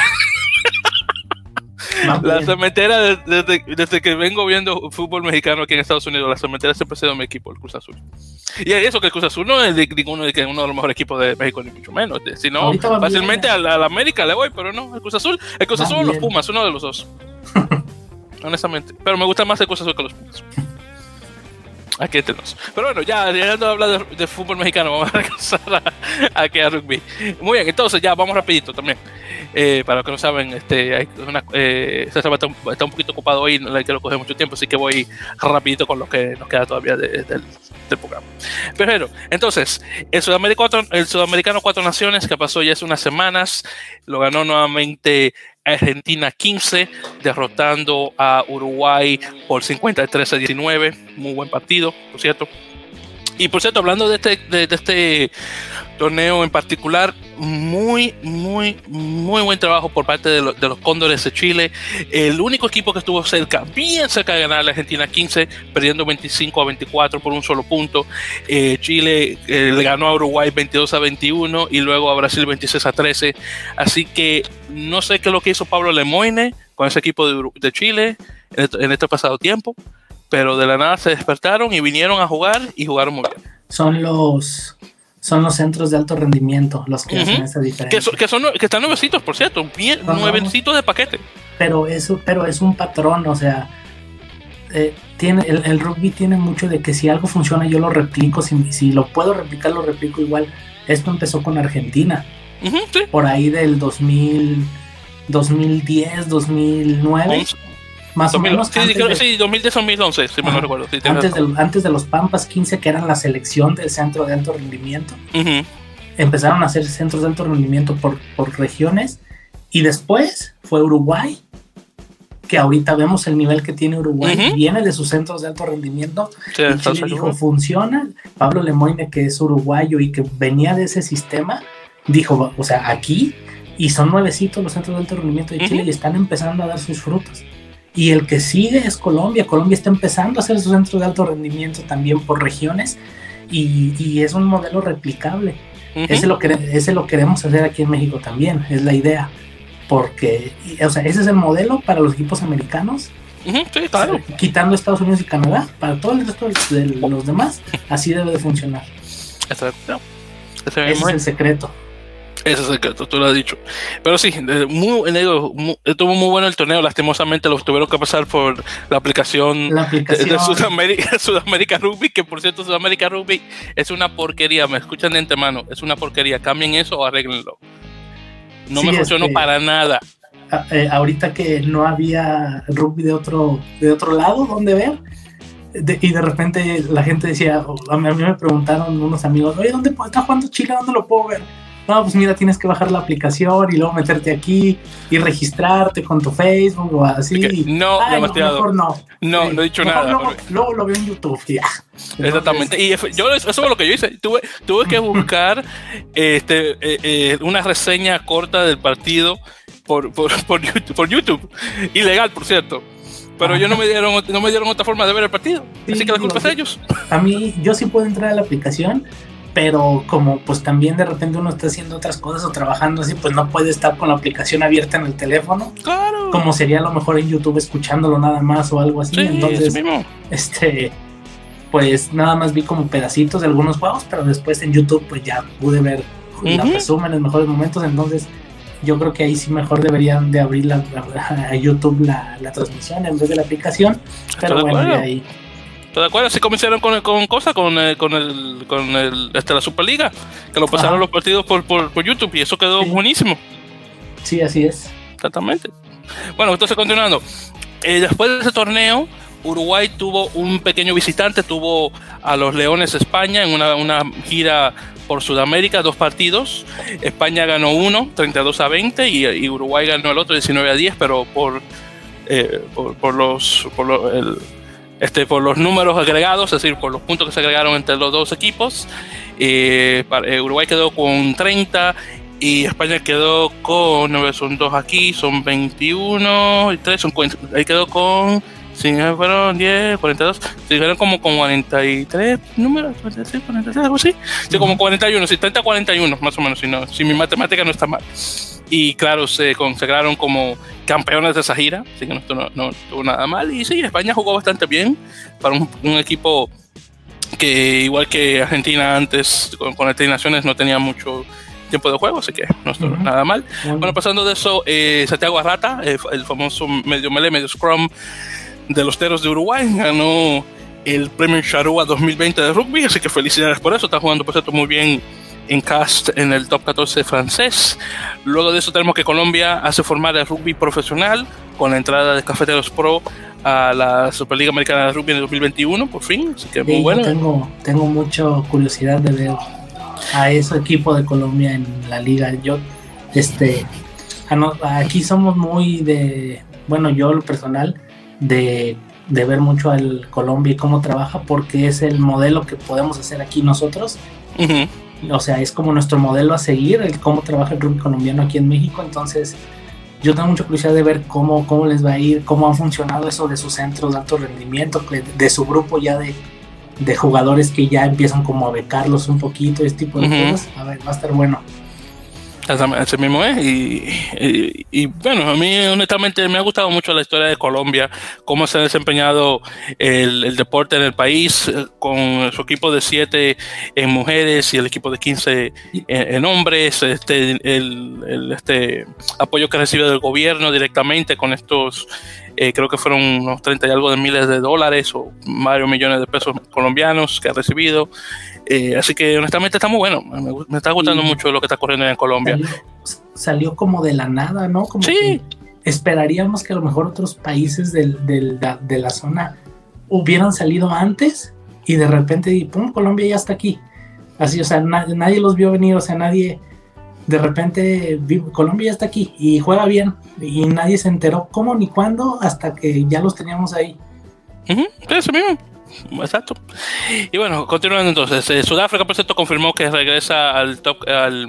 La cementera, desde que vengo viendo fútbol mexicano aquí en Estados Unidos, la cementera siempre ha sido mi equipo, el Cruz Azul. Y eso que el Cruz Azul no es uno de los mejores equipos de México, ni mucho menos. Sino fácilmente a la América le voy, pero no, el Cruz Azul o los Pumas, uno de los dos. Honestamente. Pero me gusta más el Cruz Azul que los Pumas. Aquí tenemos. Pero bueno, ya dejando de hablar de fútbol mexicano, vamos a regresar a rugby. Muy bien, entonces ya vamos rapidito también. Para los que no saben, César está un poquito ocupado hoy, no le quiero coger mucho tiempo, así que voy rapidito con lo que nos queda todavía del programa. Pero entonces, el sudamericano Cuatro Naciones, que pasó ya hace unas semanas, lo ganó nuevamente Argentina 15, derrotando a Uruguay por 53-19. Muy buen partido, por cierto. Y por cierto, hablando de este torneo en particular, muy buen trabajo por parte de los Cóndores de Chile. El único equipo que estuvo bien cerca de ganar a la Argentina 15, perdiendo 25-24 por un solo punto. Chile le ganó a Uruguay 22-21 y luego a Brasil 26-13. Así que no sé qué es lo que hizo Pablo Lemoine con ese equipo de Chile en este pasado tiempo, pero de la nada se despertaron y vinieron a jugar y jugaron muy bien. Son los centros de alto rendimiento los que hacen esa diferencia. Que están nuevecitos, por cierto, bien nuevecitos de paquete. Pero es un patrón, o sea, el rugby tiene mucho de que si algo funciona yo lo replico, si lo puedo replicar lo replico igual. Esto empezó con Argentina, sí. Por ahí del 2010, 2009. más 2000, o menos. Sí, creo que sí, 2010-2011, si me lo recuerdo. Sí, antes de los Pampas 15, que eran la selección del centro de alto rendimiento, empezaron a hacer centros de alto rendimiento por regiones, y después fue Uruguay, que ahorita vemos el nivel que tiene Uruguay, viene de sus centros de alto rendimiento, y Chile dijo, funciona. Pablo Lemoine, que es uruguayo y que venía de ese sistema, dijo, o sea, aquí, y son nuevecitos los centros de alto rendimiento de Chile, y están empezando a dar sus frutos. Y el que sigue es Colombia. Colombia está empezando a hacer sus centros de alto rendimiento también por regiones, y es un modelo replicable. Ese lo queremos hacer aquí en México también, es la idea. Porque, o sea, ese es el modelo para los equipos americanos, sí, claro. Quitando Estados Unidos y Canadá. Para todo el resto de los demás, así debe de funcionar. Exacto. Ese es el secreto. Ese es el secreto, tú lo has dicho. Pero sí, estuvo muy bueno el torneo. Lastimosamente los tuvieron que pasar por la aplicación de Sudamérica Rugby, que por cierto, Sudamérica Rugby es una porquería. Me escuchan de antemano, es una porquería. Cambien eso o arréglenlo. No me funcionó para nada. Ahorita que no había rugby de otro lado donde ver, y de repente la gente decía, a mí me preguntaron unos amigos, oye, ¿dónde está jugando Chile? ¿Dónde lo puedo ver? No, pues mira, tienes que bajar la aplicación y luego meterte aquí y registrarte con tu Facebook o así. Mejor no. No he dicho nada. Luego lo veo en YouTube. Ya. Exactamente. Y eso es lo que yo hice. Tuve que buscar una reseña corta del partido por YouTube. Ilegal, por cierto. Pero ellos no me dieron otra forma de ver el partido. Sí, así que la culpa es de ellos. A mí, yo sí puedo entrar a la aplicación, pero como pues también de repente uno está haciendo otras cosas o trabajando así, pues no puede estar con la aplicación abierta en el teléfono. Claro. Como sería a lo mejor en YouTube escuchándolo nada más o algo así. Sí, entonces, mismo. Pues nada más vi como pedacitos de algunos juegos, pero después en YouTube pues ya pude ver los resúmenes, mejores momentos. Entonces yo creo que ahí sí mejor deberían de abrir a YouTube la transmisión en vez de la aplicación. Pero bueno, de ahí. ¿Estás de acuerdo? Así comenzaron con la Superliga, que lo pasaron los partidos por YouTube, y eso quedó buenísimo. Sí, así es. Exactamente. Bueno, entonces continuando. Después de ese torneo, Uruguay tuvo un pequeño visitante, tuvo a los Leones España en una gira por Sudamérica, 2 partidos. España ganó uno, 32-20, y Uruguay ganó el otro, 19-10, pero por los números agregados, es decir, por los puntos que se agregaron entre los dos equipos. Uruguay quedó con 30 y España quedó con, son 2 aquí, son 21 y 3, ahí quedó con, si fueron 10, 42, si fueron como con 43 números, 46, 43, algo así, sí, como 41, sí, 30-41 más o menos, si mi matemática no está mal. Y claro, se consagraron como campeones de esa gira, así que no estuvo nada mal. Y sí, España jugó bastante bien para un equipo que, igual que Argentina antes, con las Naciones, no tenía mucho tiempo de juego, así que no estuvo nada mal. Bueno, pasando de eso, Santiago Arrata, el famoso medio melee, medio scrum de los Teros de Uruguay, ganó el premio Charrúa 2020 de rugby, así que felicidades por eso. Está jugando, por cierto, muy bien en cast en el top 14 francés. Luego de eso tenemos que Colombia hace formar el rugby profesional con la entrada de Cafeteros Pro a la Superliga Americana de Rugby en el 2021, por fin, así que muy bueno. Tengo mucha curiosidad de ver a ese equipo de Colombia en la liga. Yo aquí somos muy de, bueno, yo lo personal, de ver mucho al Colombia y cómo trabaja, porque es el modelo que podemos hacer aquí nosotros. O sea, es como nuestro modelo a seguir, el cómo trabaja el rugby colombiano aquí en México. Entonces yo tengo mucha curiosidad de ver cómo les va a ir, cómo ha funcionado eso de sus centros de alto rendimiento, de su grupo ya de jugadores que ya empiezan como a becarlos un poquito, este tipo de cosas. A ver, va a estar bueno. Ese mismo es, y bueno, a mí honestamente me ha gustado mucho la historia de Colombia, cómo se ha desempeñado el deporte en el país, con su equipo de 7 en mujeres y el equipo de 15 en hombres, el apoyo que recibe del gobierno directamente con estos, creo que fueron unos 30 y algo de miles de dólares o varios millones de pesos colombianos que ha recibido. Así que honestamente está muy bueno. Me está gustando mucho lo que está corriendo en Colombia. Salió como de la nada, ¿no? Como sí. esperaríamos que a lo mejor otros países de la zona hubieran salido antes y de repente, ¡pum!, Colombia ya está aquí. Así, o sea, nadie los vio venir, o sea, nadie, de repente, Colombia ya está aquí y juega bien y nadie se enteró cómo ni cuándo hasta que ya los teníamos ahí. Eso mismo. Exacto. Y bueno, continuando entonces, Sudáfrica por cierto confirmó que regresa al top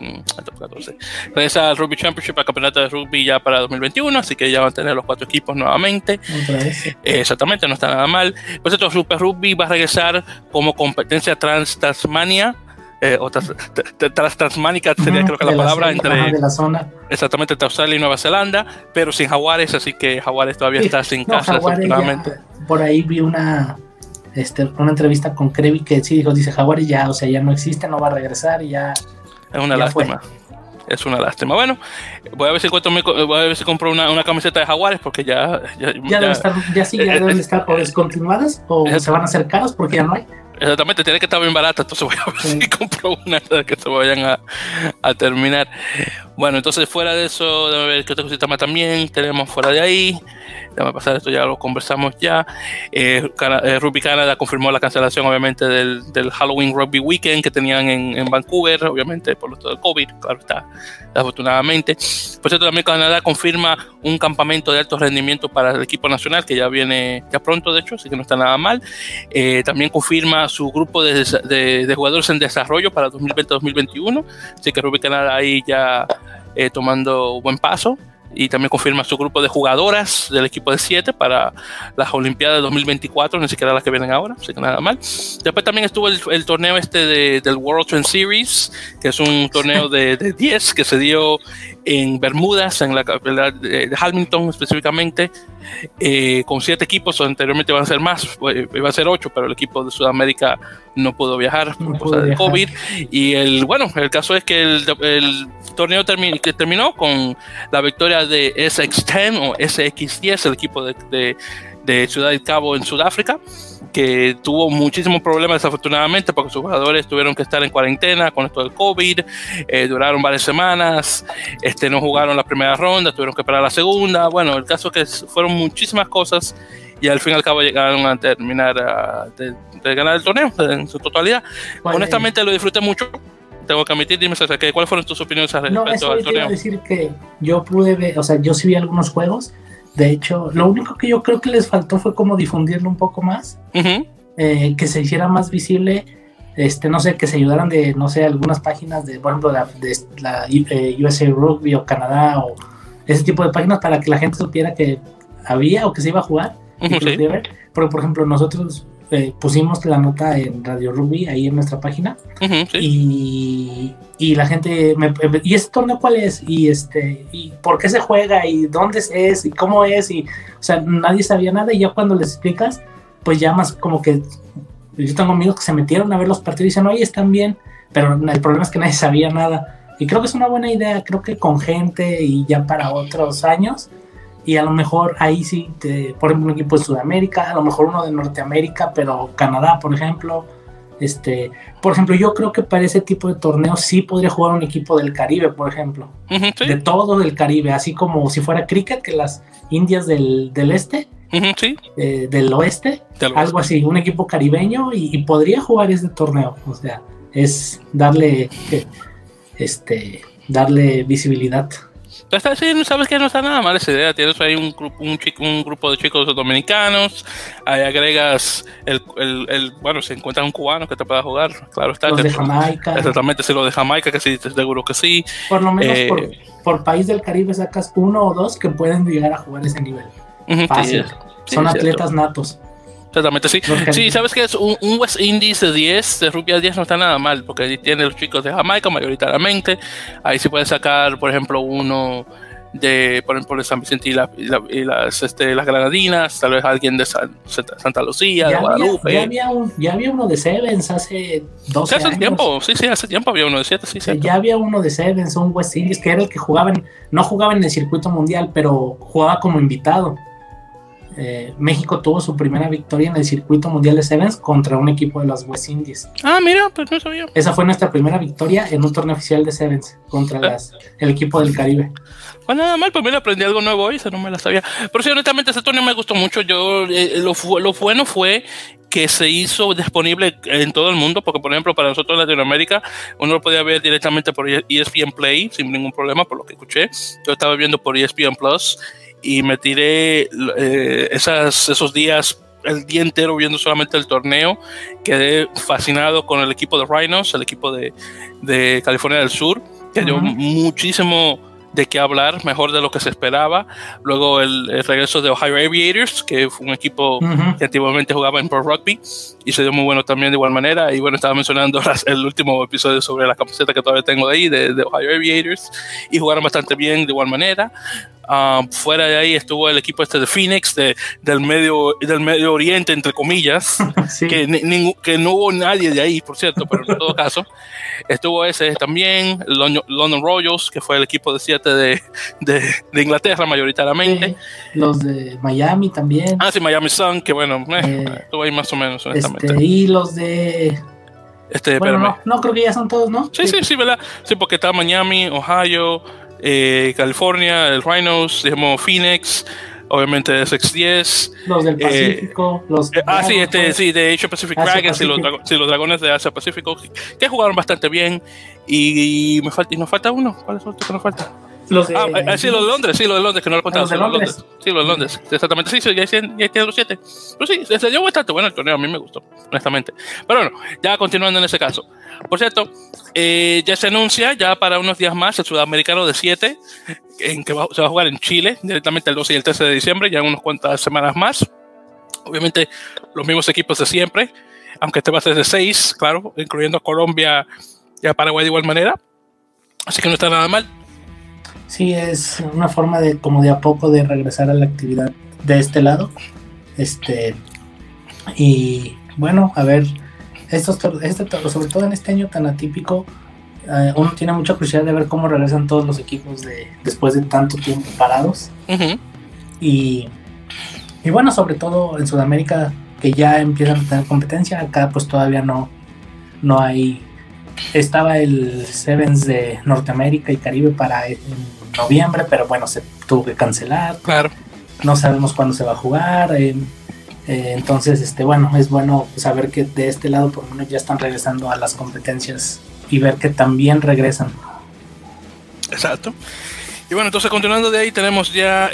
14, regresa al Rugby Championship, al campeonato de rugby ya para 2021, así que ya van a tener los 4 equipos nuevamente. Exactamente, no está nada mal. Por cierto, Super Rugby va a regresar como competencia Trans-Tasmania, o Trans-Tasmánica sería creo que la palabra, entre de la zona. Exactamente, entre Australia y Nueva Zelanda, pero sin jaguares, así que jaguares todavía está sin casa, desafortunadamente. Por ahí vi una entrevista con Krevi que sí dice Jaguares ya, o sea, ya no existe, no va a regresar y ya. Es una lástima. Es una lástima. Bueno, voy a ver si compro una camiseta de Jaguares porque ya deben estar, deben estar o descontinuadas o se van a hacer caros porque ya no hay. Exactamente, tiene que estar bien barata, entonces voy a ver si compro una que se vayan a terminar. Bueno, entonces fuera de eso, déjame ver qué otra cosita más también tenemos fuera de ahí. Déjame pasar esto, ya lo conversamos ya. Rugby Canada confirmó la cancelación, obviamente, del Halloween Rugby Weekend que tenían en Vancouver, obviamente, por todo el COVID, claro está, desafortunadamente. Por cierto, también Canadá confirma un campamento de alto rendimiento para el equipo nacional, que ya viene ya pronto, de hecho, así que no está nada mal. También confirma su grupo de jugadores en desarrollo para 2020-2021, así que Rugby Canada ahí ya tomando buen paso. Y también confirma su grupo de jugadoras del equipo de 7 para las Olimpiadas de 2024, ni siquiera las que vienen ahora, así que nada mal. Después también estuvo el torneo del World Trend Series, que es un torneo de 10 que se dio en Bermudas, en la capital de Hamilton específicamente, con 7 equipos. Anteriormente iban a ser más, iban a ser 8, pero el equipo de Sudamérica no pudo viajar por causa del COVID. Y el caso es que el torneo terminó con la victoria de SX10 o SX10, el equipo de Ciudad del Cabo en Sudáfrica, que tuvo muchísimos problemas desafortunadamente porque sus jugadores tuvieron que estar en cuarentena con esto del COVID, duraron varias semanas, no jugaron la primera ronda, tuvieron que esperar la segunda. Bueno, el caso es que fueron muchísimas cosas y al fin y al cabo llegaron a terminar de ganar el torneo en su totalidad. Honestamente lo disfruté mucho, tengo que admitir. Dime, César, ¿cuáles fueron tus opiniones al respecto al torneo? No, decir que yo pude ver, o sea, yo sí vi algunos juegos. De hecho, lo único que yo creo que les faltó fue como difundirlo un poco más, que se hiciera más visible, no sé, que se ayudaran de, no sé, algunas páginas de, por ejemplo, de la USA Rugby o Canadá o ese tipo de páginas para que la gente supiera que había o que se iba a jugar. Sí. Porque, por ejemplo, nosotros pusimos la nota en Radio Rugby ahí en nuestra página, sí. y la gente ¿y este torneo cuál es? Y ¿por qué se juega? ¿Y dónde es? ¿Y cómo es? Y, o sea, nadie sabía nada, y ya cuando les explicas, pues ya más como que yo tengo amigos que se metieron a ver los partidos y dicen, oye, están bien, pero el problema es que nadie sabía nada, y creo que es una buena idea, creo que con gente y ya para otros años. Y a lo mejor ahí sí, por ejemplo, un equipo de Sudamérica, a lo mejor uno de Norteamérica, pero Canadá, por ejemplo. Por ejemplo, yo creo que para ese tipo de torneos sí podría jugar un equipo del Caribe, por ejemplo. Sí. De todo el Caribe, así como si fuera cricket, que las Indias del este, sí. Del oeste, algo así, un equipo caribeño, y podría jugar ese torneo. O sea, es darle visibilidad. Sí, sabes que no está nada mal esa idea. Tienes ahí un grupo de chicos dominicanos, ahí agregas bueno, si encuentras un cubano que te pueda jugar, claro está. Los de Jamaica. Exactamente, si lo de Jamaica, que sí, seguro que sí. Por lo menos por país del Caribe sacas 1 o 2 que pueden llegar a jugar ese nivel. Fácil. Sí, son atletas natos. Exactamente, sí. Sí, sabes que es un West Indies de 10, de rugby a 10 no está nada mal, porque ahí tiene los chicos de Jamaica mayoritariamente. Ahí sí puedes sacar, por ejemplo, uno de, por ejemplo, de San Vicente y las Granadinas, tal vez alguien de Santa Lucía, de Guadalupe. Ya había uno de Sevens hace 12 años. Hace tiempo había uno de 7, sí, ya había uno de Sevens, un West Indies, que era el que no jugaba en el circuito mundial, pero jugaba como invitado. México tuvo su primera victoria en el circuito mundial de Sevens contra un equipo de las West Indies. Ah, mira, pues no sabía. Esa fue nuestra primera victoria en un torneo oficial de Sevens contra el equipo del Caribe. Pues nada mal, pues mira, aprendí algo nuevo hoy, eso no me la sabía. Pero sí, honestamente, ese torneo me gustó mucho. Yo, lo bueno fue que se hizo disponible en todo el mundo, porque por ejemplo para nosotros en Latinoamérica uno lo podía ver directamente por ESPN Play sin ningún problema, por lo que escuché. Yo estaba viendo por ESPN Plus y me tiré esos días, el día entero viendo solamente el torneo. Quedé fascinado con el equipo de Rhinos, el equipo de California del Sur, que dio muchísimo de qué hablar, mejor de lo que se esperaba. Luego el regreso de Ohio Aviators, que fue un equipo que antiguamente jugaba en Pro Rugby y se dio muy bueno también de igual manera. Y bueno, estaba mencionando el último episodio sobre la camiseta que todavía tengo de ahí, de Ohio Aviators, y jugaron bastante bien de igual manera. Fuera de ahí estuvo el equipo de Phoenix del Medio Oriente, entre comillas, sí. que no hubo nadie de ahí, por cierto, pero en todo caso estuvo ese también, London Royals, que fue el equipo de 7 de Inglaterra mayoritariamente. Los de Miami también. Sí, Miami Sun, que bueno, estuvo ahí más o menos, honestamente. Y los de... bueno, no, creo que ya son todos, ¿no? Sí, ¿verdad? Sí, porque está Miami, Ohio, California, el Rhinos, digamos Phoenix, obviamente SX10, los del Pacífico, los sí, de Asia Pacific Dragons y los Dragones de Asia Pacífico, que jugaron bastante bien. Y nos falta uno. ¿Cuál es el otro que nos falta? Los de los de Londres, que no lo contaba. Los de Londres, exactamente. Sí, ya tienen los 7. Pero sí, se dio bastante bueno el torneo, a mí me gustó, honestamente. Pero bueno, ya continuando en ese caso. Por cierto, ya se anuncia, ya para unos días más, el Sudamericano de 7, en que se va a jugar en Chile, directamente el 12 y el 13 de diciembre, ya en unas cuantas semanas más. Obviamente, los mismos equipos de siempre, aunque este va a ser de 6, claro, incluyendo a Colombia y a Paraguay de igual manera. Así que no está nada mal. Sí, es una forma de como de a poco de regresar a la actividad de este lado. Y bueno, a ver, sobre todo en este año tan atípico, uno tiene mucha curiosidad de ver cómo regresan todos los equipos después de tanto tiempo parados. Y bueno, sobre todo en Sudamérica, que ya empiezan a tener competencia. Acá pues todavía no hay. Estaba el Sevens de Norteamérica y Caribe para en noviembre, pero bueno, se tuvo que cancelar. Claro. No sabemos cuándo se va a jugar. Entonces, bueno, es bueno saber que de este lado por lo menos ya están regresando a las competencias y ver que también regresan. Exacto. Y bueno, entonces continuando de ahí tenemos ya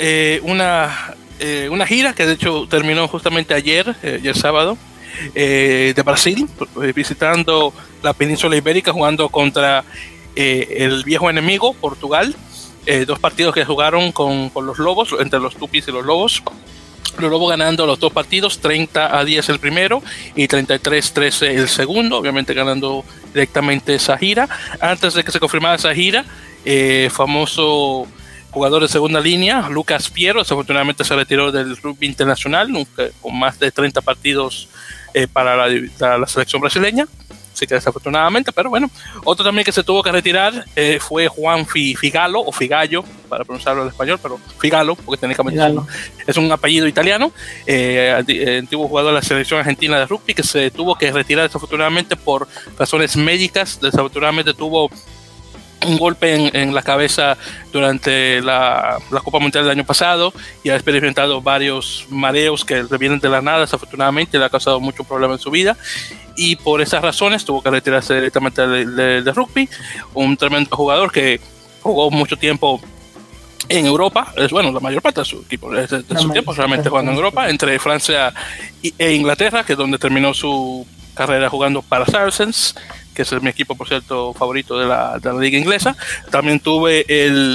una gira que de hecho terminó justamente ayer sábado, de Brasil, visitando la península ibérica, jugando contra el viejo enemigo, Portugal. 2 partidos que jugaron con los Lobos, entre los Tupis y los Lobos. Los Lobos ganando los 2 partidos, 30-10 el primero y 33-13 el segundo, obviamente ganando directamente esa gira. Antes de que se confirmara esa gira, famoso jugador de segunda línea, Lucas Piero, desafortunadamente se retiró del rugby internacional, con más de 30 partidos para la selección brasileña. Así que desafortunadamente, pero bueno. Otro también que se tuvo que retirar fue Juan Figallo, o Figallo, para pronunciarlo en español, pero Figallo, porque técnicamente es un apellido italiano, antiguo jugador de la selección argentina de rugby, que se tuvo que retirar desafortunadamente por razones médicas. Desafortunadamente tuvo un golpe en la cabeza durante la Copa Mundial del año pasado y ha experimentado varios mareos que le vienen de la nada. Desafortunadamente le ha causado mucho problema en su vida y por esas razones tuvo que retirarse directamente de rugby. Un tremendo jugador que jugó mucho tiempo en Europa, la mayor parte de su equipo, de su tiempo realmente jugando en Europa, entre Francia e Inglaterra, que es donde terminó su carrera jugando para Saracens, que es mi equipo, por cierto, favorito de la liga inglesa. También tuve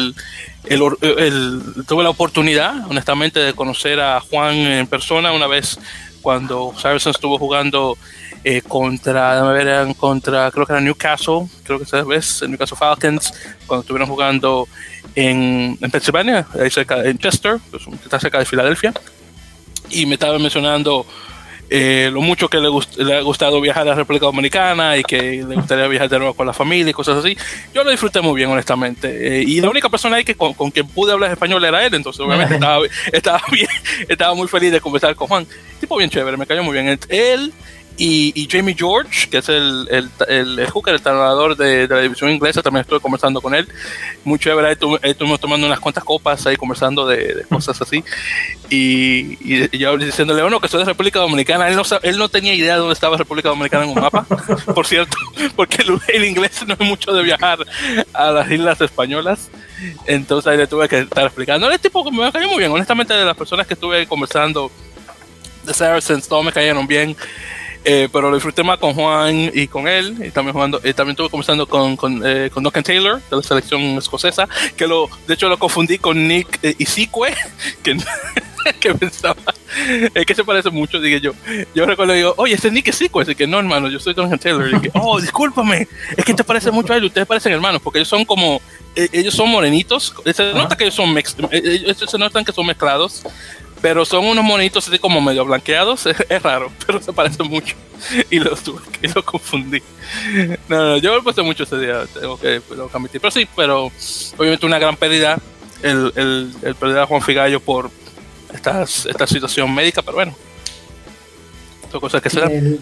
tuve la oportunidad, honestamente, de conocer a Juan en persona una vez cuando Saracens estuvo jugando contra, creo que era Newcastle, Newcastle Falcons, cuando estuvieron jugando en Pensilvania, ahí cerca, en Chester, que está cerca de Filadelfia. Y me estaba mencionando lo mucho que le ha gustado viajar a la República Dominicana y que le gustaría viajar de nuevo con la familia y cosas así. Yo lo disfruté muy bien, honestamente. Y la única persona ahí que con quien pude hablar español era él, entonces obviamente estaba muy feliz de conversar con Juan. Tipo bien chévere, me cayó muy bien. Él y Jamie George, que es el hooker, el entrenador de la división inglesa, también estuve conversando con él. Muy chévere, estuvimos tomando unas cuantas copas ahí, conversando de cosas así. Y yo diciéndole, bueno, que soy de República Dominicana. Él no tenía idea de dónde estaba República Dominicana en un mapa, por cierto, porque el inglés no es mucho de viajar a las islas españolas. Entonces ahí le tuve que estar explicando. El tipo que me cayó muy bien, honestamente, de las personas que estuve conversando de Saracens, todos me cayeron bien. Pero lo disfruté más con Juan y con él, y también estuve conversando con Duncan Taylor de la selección escocesa, que de hecho lo confundí con Nick Isique, que pensaba que se parece mucho. Dije yo recuerdo, digo, oye, ese es Nick Isique, así que no, hermano, yo soy Duncan Taylor. Y dije, oh, discúlpame, es que te parece mucho a él, ustedes parecen hermanos, porque ellos son morenitos, se nota que ellos se notan que son mezclados, pero son unos monitos así como medio blanqueados. Es raro, pero se parecen mucho. Y lo confundí. No, yo me pasé mucho ese día, tengo que admitir. Pero sí, obviamente una gran pérdida el perder a Juan Figallo por esta situación médica, pero bueno, son cosas que se dan.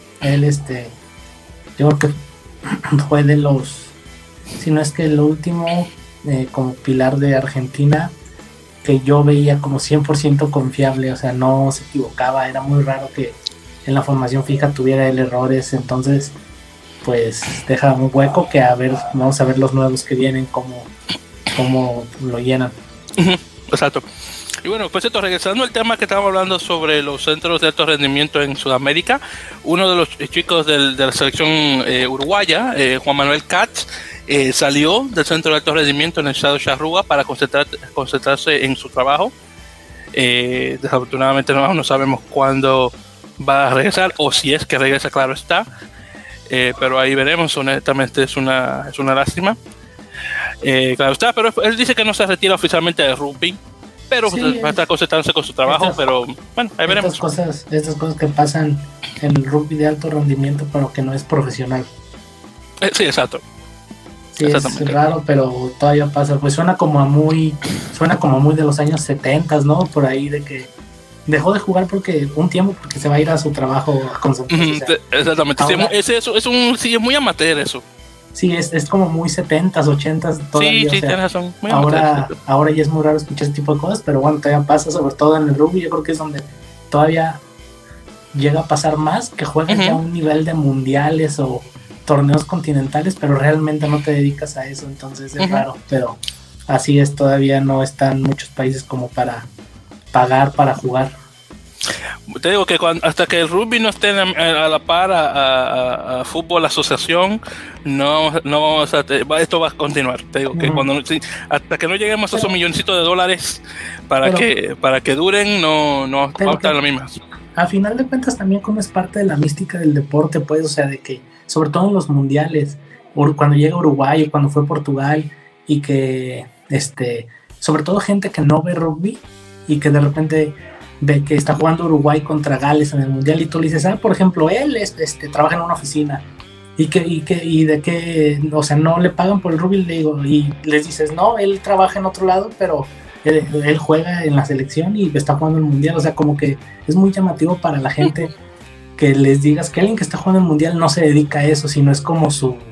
Yo creo que fue de los, si no es que el último como pilar de Argentina que yo veía como 100% confiable, o sea, no se equivocaba. Era muy raro que en la formación fija tuviera él errores, entonces pues deja un hueco que vamos a ver los nuevos que vienen cómo lo llenan. Exacto. Y bueno, pues esto, regresando al tema que estábamos hablando sobre los centros de alto rendimiento en Sudamérica, uno de los chicos de la selección uruguaya, Juan Manuel Katz, salió del centro de alto rendimiento en el estado Charrúa para concentrarse en su trabajo. Desafortunadamente no sabemos cuándo va a regresar, o si es que regresa, claro está, pero ahí veremos. Honestamente es una lástima, claro está, pero él dice que no se retira oficialmente de rugby, pero sí, va a estar concentrándose con su trabajo. Pero bueno, ahí veremos. Estas cosas que pasan en el rugby de alto rendimiento, pero que no es profesional. Sí, exacto. Sí, es raro, pero todavía pasa. Pues suena como muy de los años 70, ¿no? Por ahí, de que dejó de jugar porque se va a ir a su trabajo a concentrarse. Exactamente. Ahora, es muy amateur eso. Sí, es como muy 70s, 80s todavía. Sí, tienes razón. Ahora ya es muy raro escuchar ese tipo de cosas, pero bueno, todavía pasa, sobre todo en el rugby. Yo creo que es donde todavía llega a pasar más, que juegas ya a un nivel de mundiales o torneos continentales, pero realmente no te dedicas a eso, entonces es raro. Pero así es, todavía no están muchos países como para pagar para jugar. Te digo que hasta que el rugby no esté a la par a fútbol asociación, no vamos esto va a continuar. Te digo que hasta que no lleguemos a esos milloncitos de dólares para que duren, no va a estar las mismas. A final de cuentas también como es parte de la mística del deporte, pues, o sea, de que sobre todo en los mundiales, cuando llega Uruguay o cuando fue Portugal, y que sobre todo gente que no ve rugby y que de repente ve que está jugando Uruguay contra Gales en el mundial, y tú le dices, por ejemplo, él trabaja en una oficina y de que, o sea, no le pagan por el rugby, le digo, y les dices, no, él trabaja en otro lado, pero él juega en la selección y está jugando el mundial. O sea, como que es muy llamativo para la gente que les digas que alguien que está jugando el mundial no se dedica a eso, sino es como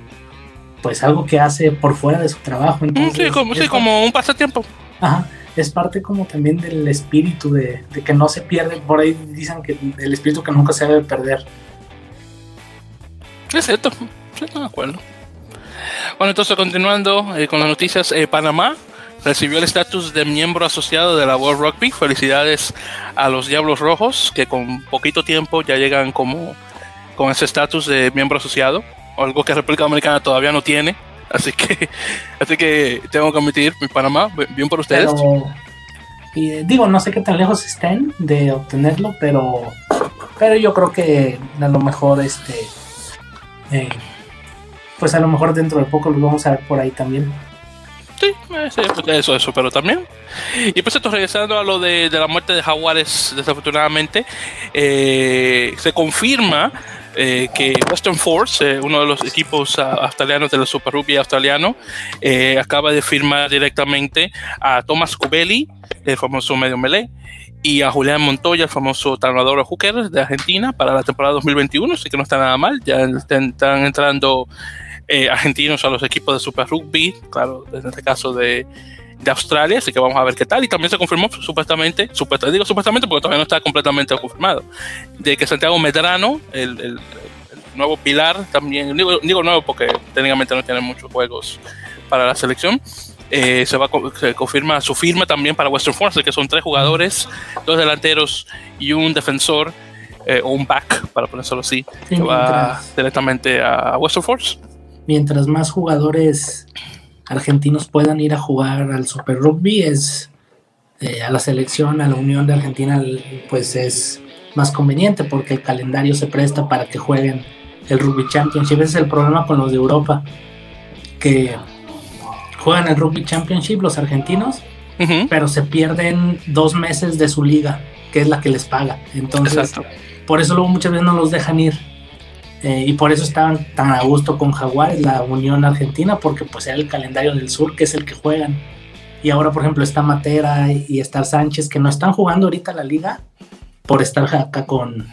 pues algo que hace por fuera de su trabajo. Entonces, como un pasatiempo. Ajá, es parte como también del espíritu de que no se pierde. Por ahí dicen que el espíritu que nunca se debe perder. Es cierto, sí, no me acuerdo. Bueno, entonces continuando con las noticias, Panamá recibió el estatus de miembro asociado de la World Rugby. Felicidades a los Diablos Rojos, que con poquito tiempo ya llegan con ese estatus de miembro asociado, algo que República Dominicana todavía no tiene. Así que tengo que admitir, mi Panamá, bien por ustedes. Digo, no sé qué tan lejos estén de obtenerlo, pero yo creo que a lo mejor pues a lo mejor dentro de poco los vamos a ver por ahí también. Sí, eso, pero también. Y pues esto, regresando a lo de la muerte de Jaguares, desafortunadamente, se confirma que Western Force, uno de los equipos australianos de la Super Rugby australiano, acaba de firmar directamente a Thomas Cubelli, el famoso medio melee, y a Julián Montoya, el famoso talonador de hooker de Argentina, para la temporada 2021, así que no está nada mal. Ya están entrando argentinos a los equipos de Super Rugby, claro, en este caso de Australia, así que vamos a ver qué tal. Y también se confirmó supuestamente digo supuestamente porque todavía no está completamente confirmado, de que Santiago Medrano, el nuevo pilar, también digo nuevo porque técnicamente no tiene muchos juegos para la selección, se confirma su firma también para Western Force, que son 3 jugadores, 2 delanteros y un defensor, o un back, para ponerlo así, sí, que va directamente a Western Force. Mientras más jugadores argentinos puedan ir a jugar al Super Rugby, a la selección, a la Unión de Argentina, pues es más conveniente porque el calendario se presta para que jueguen el Rugby Championship. Ese es el problema con los de Europa, que juegan el Rugby Championship los argentinos, pero se pierden 2 meses de su liga, que es la que les paga. Entonces, exacto, por eso luego muchas veces no los dejan ir. Y por eso estaban tan a gusto con Jaguares, la Unión Argentina, porque pues era el calendario del sur, que es el que juegan. Y ahora, por ejemplo, está Matera y está Sánchez, que no están jugando ahorita la liga por estar acá con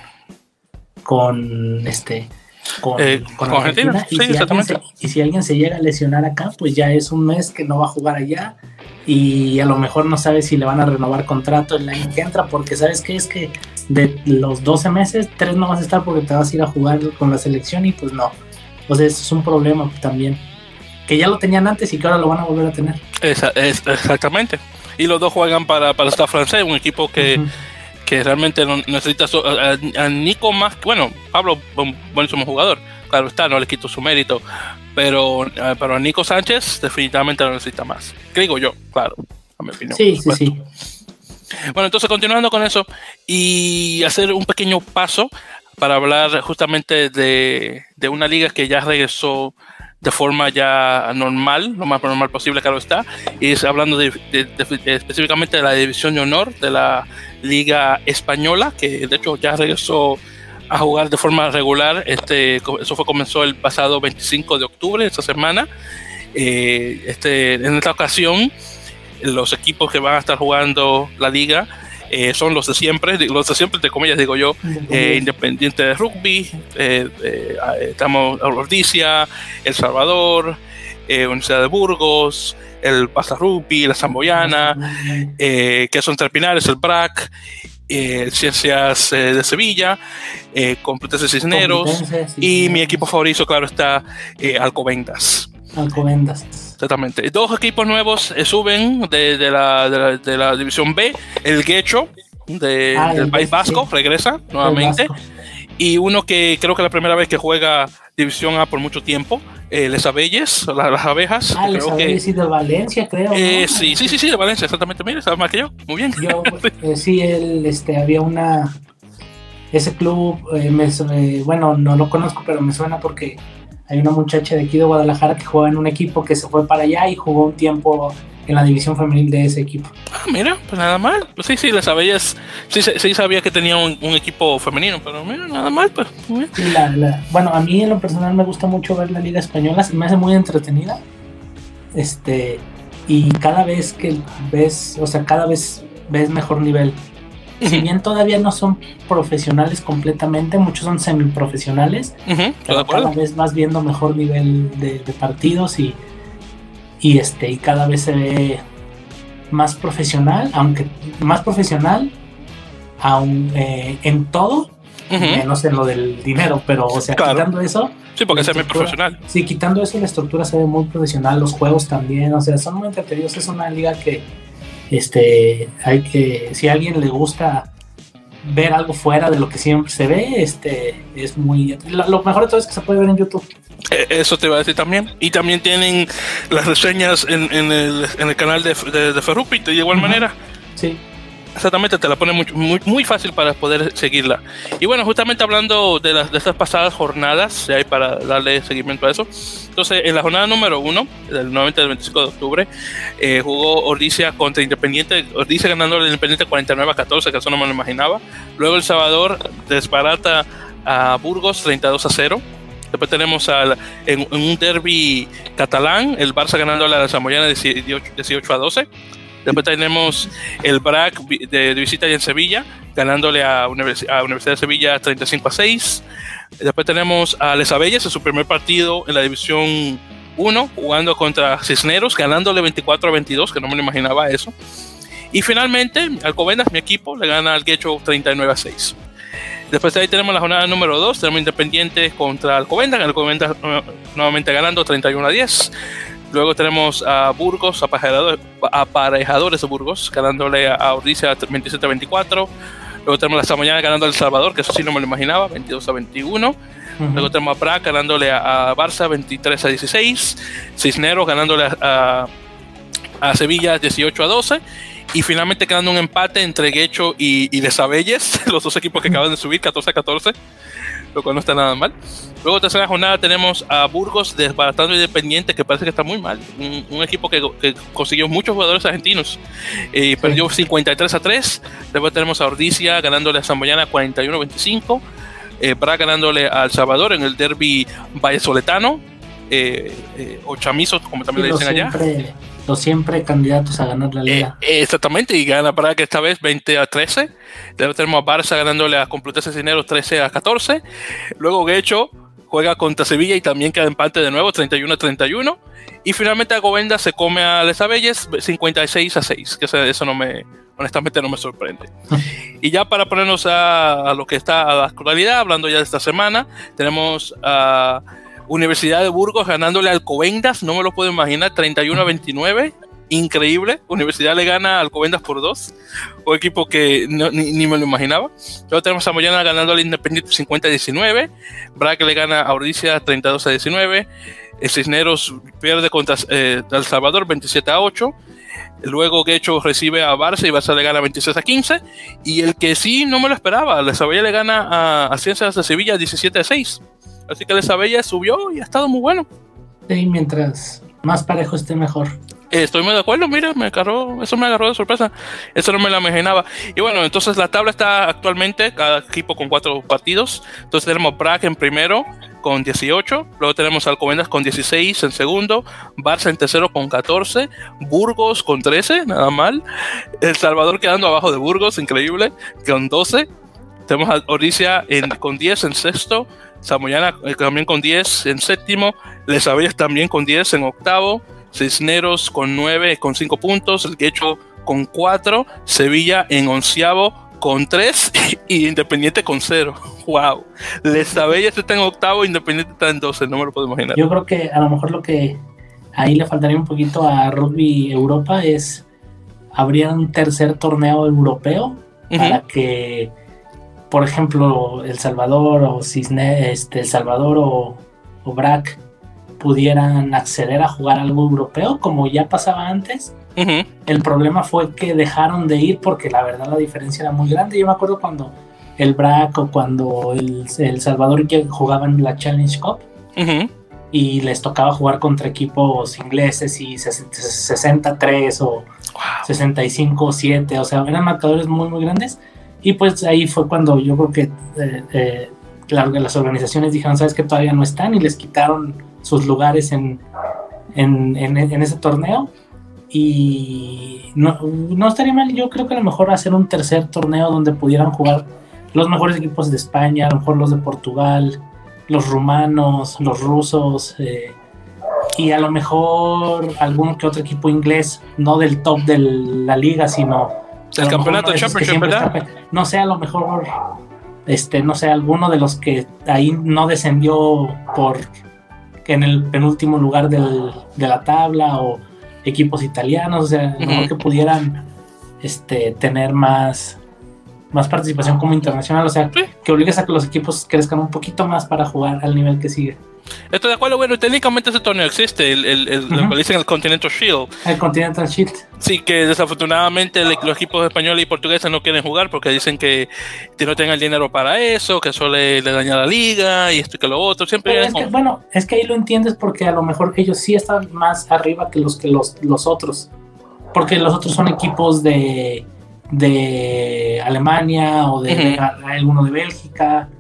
Argentina. Y si alguien se llega a lesionar acá, pues ya es un mes que no va a jugar allá, y a lo mejor no sabe si le van a renovar contrato el año que entra, porque ¿sabes qué? Es que de los 12 meses, 3 no vas a estar porque te vas a ir a jugar con la selección, y pues no. O sea, eso es un problema también, que ya lo tenían antes y que ahora lo van a volver a tener. Exactamente. Y los dos juegan para el Stade Francés, un equipo que realmente no necesita a Nico más. Bueno, Pablo, buenísimo jugador, claro está, no le quito su mérito, pero a Nico Sánchez definitivamente lo necesita más, digo yo, claro, a mi opinión. Sí. Bueno, entonces continuando con eso y hacer un pequeño paso para hablar justamente de una liga que ya regresó de forma ya normal, lo más normal posible, claro está, y es hablando específicamente de la división de honor de la Liga Española, que de hecho ya regresó a jugar de forma regular. Eso comenzó el pasado 25 de octubre, esta semana. En esta ocasión, los equipos que van a estar jugando la liga son los de siempre, entre comillas digo yo, Independiente de Rugby, estamos Ordicia, El Salvador, Universidad de Burgos, el Barça Rugby, la Zamboyana, que son Terpinares, el BRAC, Ciencias de Sevilla, Complutense Cisneros, y mi equipo favorito, claro está, Alcobendas. Exactamente. 2 equipos nuevos suben de la división B. El Guecho del País Vasco regresa nuevamente, y uno que creo que es la primera vez que juega división A por mucho tiempo, Les Abelles, las abejas. Les Abelles y de Valencia, creo, ¿no? Sí, de Valencia, exactamente. Mira, sabes más que yo. Muy bien. Había ese club, bueno, no lo conozco, pero me suena porque hay una muchacha de aquí de Guadalajara que juega en un equipo que se fue para allá y jugó un tiempo en la división femenil de ese equipo. Mira, pues nada mal. Pues sí, Les Abelles, sí sabía que tenía un equipo femenino, pero mira, nada mal, pues. Sí, bueno, a mí en lo personal me gusta mucho ver la Liga Española, se me hace muy entretenida. Y cada vez que cada vez ves mejor nivel. Si bien todavía no son profesionales completamente, muchos son semiprofesionales, pero cada vez vas viendo mejor nivel de partidos y cada vez se ve más profesional, en todo, menos en lo del dinero, pero claro, quitando eso. Sí, porque es semiprofesional. Sí, quitando eso, la estructura se ve muy profesional, los juegos también, son muy entretenidos. Es una liga que si a alguien le gusta ver algo fuera de lo que siempre se ve, es muy, lo mejor de todo es que se puede ver en YouTube. Eso te iba a decir también. Y también tienen las reseñas en el canal de Ferrupi de igual manera. Sí. Exactamente, te la pone muy fácil para poder seguirla. Y bueno, justamente hablando de estas pasadas jornadas, hay para darle seguimiento a eso. Entonces, en la jornada número 1, nuevamente del 25 de octubre, jugó Ordizia contra Independiente. Ordizia ganando al Independiente 49-14, que eso no me lo imaginaba. Luego El Salvador desbarata a Burgos 32-0. Después tenemos en un derbi catalán, el Barça ganando a la Samoyana 18-12. Después tenemos el BRAC de visita en Sevilla, ganándole a Universidad de Sevilla 35-6. Después tenemos a Les Abelles en su primer partido en la División 1, jugando contra Cisneros, ganándole 24-22, que no me lo imaginaba eso. Y finalmente, Alcobendas, mi equipo, le gana al Guecho 39-6. Después de ahí tenemos la jornada número 2, tenemos Independiente contra Alcobendas nuevamente ganando 31-10. Luego tenemos a Burgos, Aparejadores de Burgos, ganándole a Ordizia 27-24. Luego tenemos la Samoyana ganando a El Salvador, que eso sí no me lo imaginaba, 22-21. Luego tenemos a Brac ganándole a Barça 23-16. Cisneros ganándole a Sevilla 18-12. Y finalmente quedando un empate entre Guecho y Les Abelles, los dos equipos que acaban de subir, 14-14, lo cual no está nada mal. Luego, tercera jornada, tenemos a Burgos desbaratando Independiente, que parece que está muy mal. Un equipo que consiguió muchos jugadores argentinos. Perdió 53-3. Después tenemos a Ordizia ganándole a Zamboyana 41-25. Brac ganándole a El Salvador en el derbi vallesoletano. O chamizo, como también le dicen allá. Los siempre candidatos a ganar la liga. Exactamente, y gana para que esta vez 20-13. Luego tenemos a Barça ganándole a Complutense Cisneros 13-14. Luego Guecho juega contra Sevilla y también queda empate de nuevo, 31-31. Y finalmente Alcobendas se come a Les Abelles 56-6, que eso honestamente no me sorprende. Y ya para ponernos a lo que está a la actualidad, hablando ya de esta semana, tenemos a Universidad de Burgos ganándole a Alcobendas, no me lo puedo imaginar, 31-29, increíble. Universidad le gana a Alcobendas por 2, un equipo que ni me lo imaginaba. Luego tenemos a Moyana ganando al Independiente 50-19, Brac le gana a Ordizia 32-19, Cisneros pierde contra El Salvador 27-8. Luego Guecho recibe a Barça y Barça le gana 26-15. Y el que sí no me lo esperaba, Les Abelles le gana a Ciencias de Sevilla 17-6. Así que Les Abelles subió y ha estado muy bueno. Sí, mientras más parejo esté, mejor. Estoy muy de acuerdo, mira, eso me agarró de sorpresa. Eso no me lo imaginaba. Y bueno, entonces la tabla está actualmente, cada equipo con 4 partidos. Entonces tenemos Brac en primero con 18. Luego tenemos Alcobendas con 16 en segundo. Barça en tercero con 14. Burgos con 13, nada mal. El Salvador quedando abajo de Burgos, increíble, con 12. Tenemos a Ordizia con 10 en sexto. Samoyana también con 10 en séptimo. Les Abelles también con 10 en octavo. Cisneros con 9 con 5 puntos. El Guecho con 4. Sevilla en onceavo con 3. Y Independiente con 0. Wow. Les Abelles está en octavo. Independiente está en 12. No me lo puedo imaginar. Yo creo que a lo mejor lo que ahí le faltaría un poquito a Rugby Europa es habría un tercer torneo europeo para que, por ejemplo, El Salvador o El Salvador o Brac pudieran acceder a jugar algo europeo como ya pasaba antes. El problema fue que dejaron de ir porque la verdad la diferencia era muy grande. Yo me acuerdo cuando el Brac o cuando el Salvador jugaban la Challenge Cup y les tocaba jugar contra equipos ingleses y 63 o 65-7, o sea, eran marcadores muy muy grandes. Y pues ahí fue cuando yo creo que las organizaciones dijeron, sabes que todavía no están, y les quitaron sus lugares en ese torneo. Y no estaría mal, yo creo que a lo mejor hacer un tercer torneo donde pudieran jugar los mejores equipos de España, a lo mejor los de Portugal, los rumanos, los rusos, y a lo mejor algún que otro equipo inglés, no del top de la liga, sino el campeonato Championship, ¿verdad? No sé, a lo mejor no sé, alguno de los que ahí no descendió en el penúltimo lugar de la tabla, o equipos italianos, o sea, a lo mejor que pudieran tener más participación como internacional, o sea, que obligues a que los equipos crezcan un poquito más para jugar al nivel que sigue. Estoy de acuerdo, bueno, técnicamente ese torneo existe, lo que dicen el Continental Shield. El Continental Shield. Sí, que desafortunadamente los equipos españoles y portugueses no quieren jugar porque dicen que no tengan el dinero para eso, que eso le daña a la liga y esto y que lo otro. Siempre es que ahí lo entiendes porque a lo mejor ellos sí están más arriba que los otros. Porque los otros son equipos de Alemania o de alguno de Bélgica,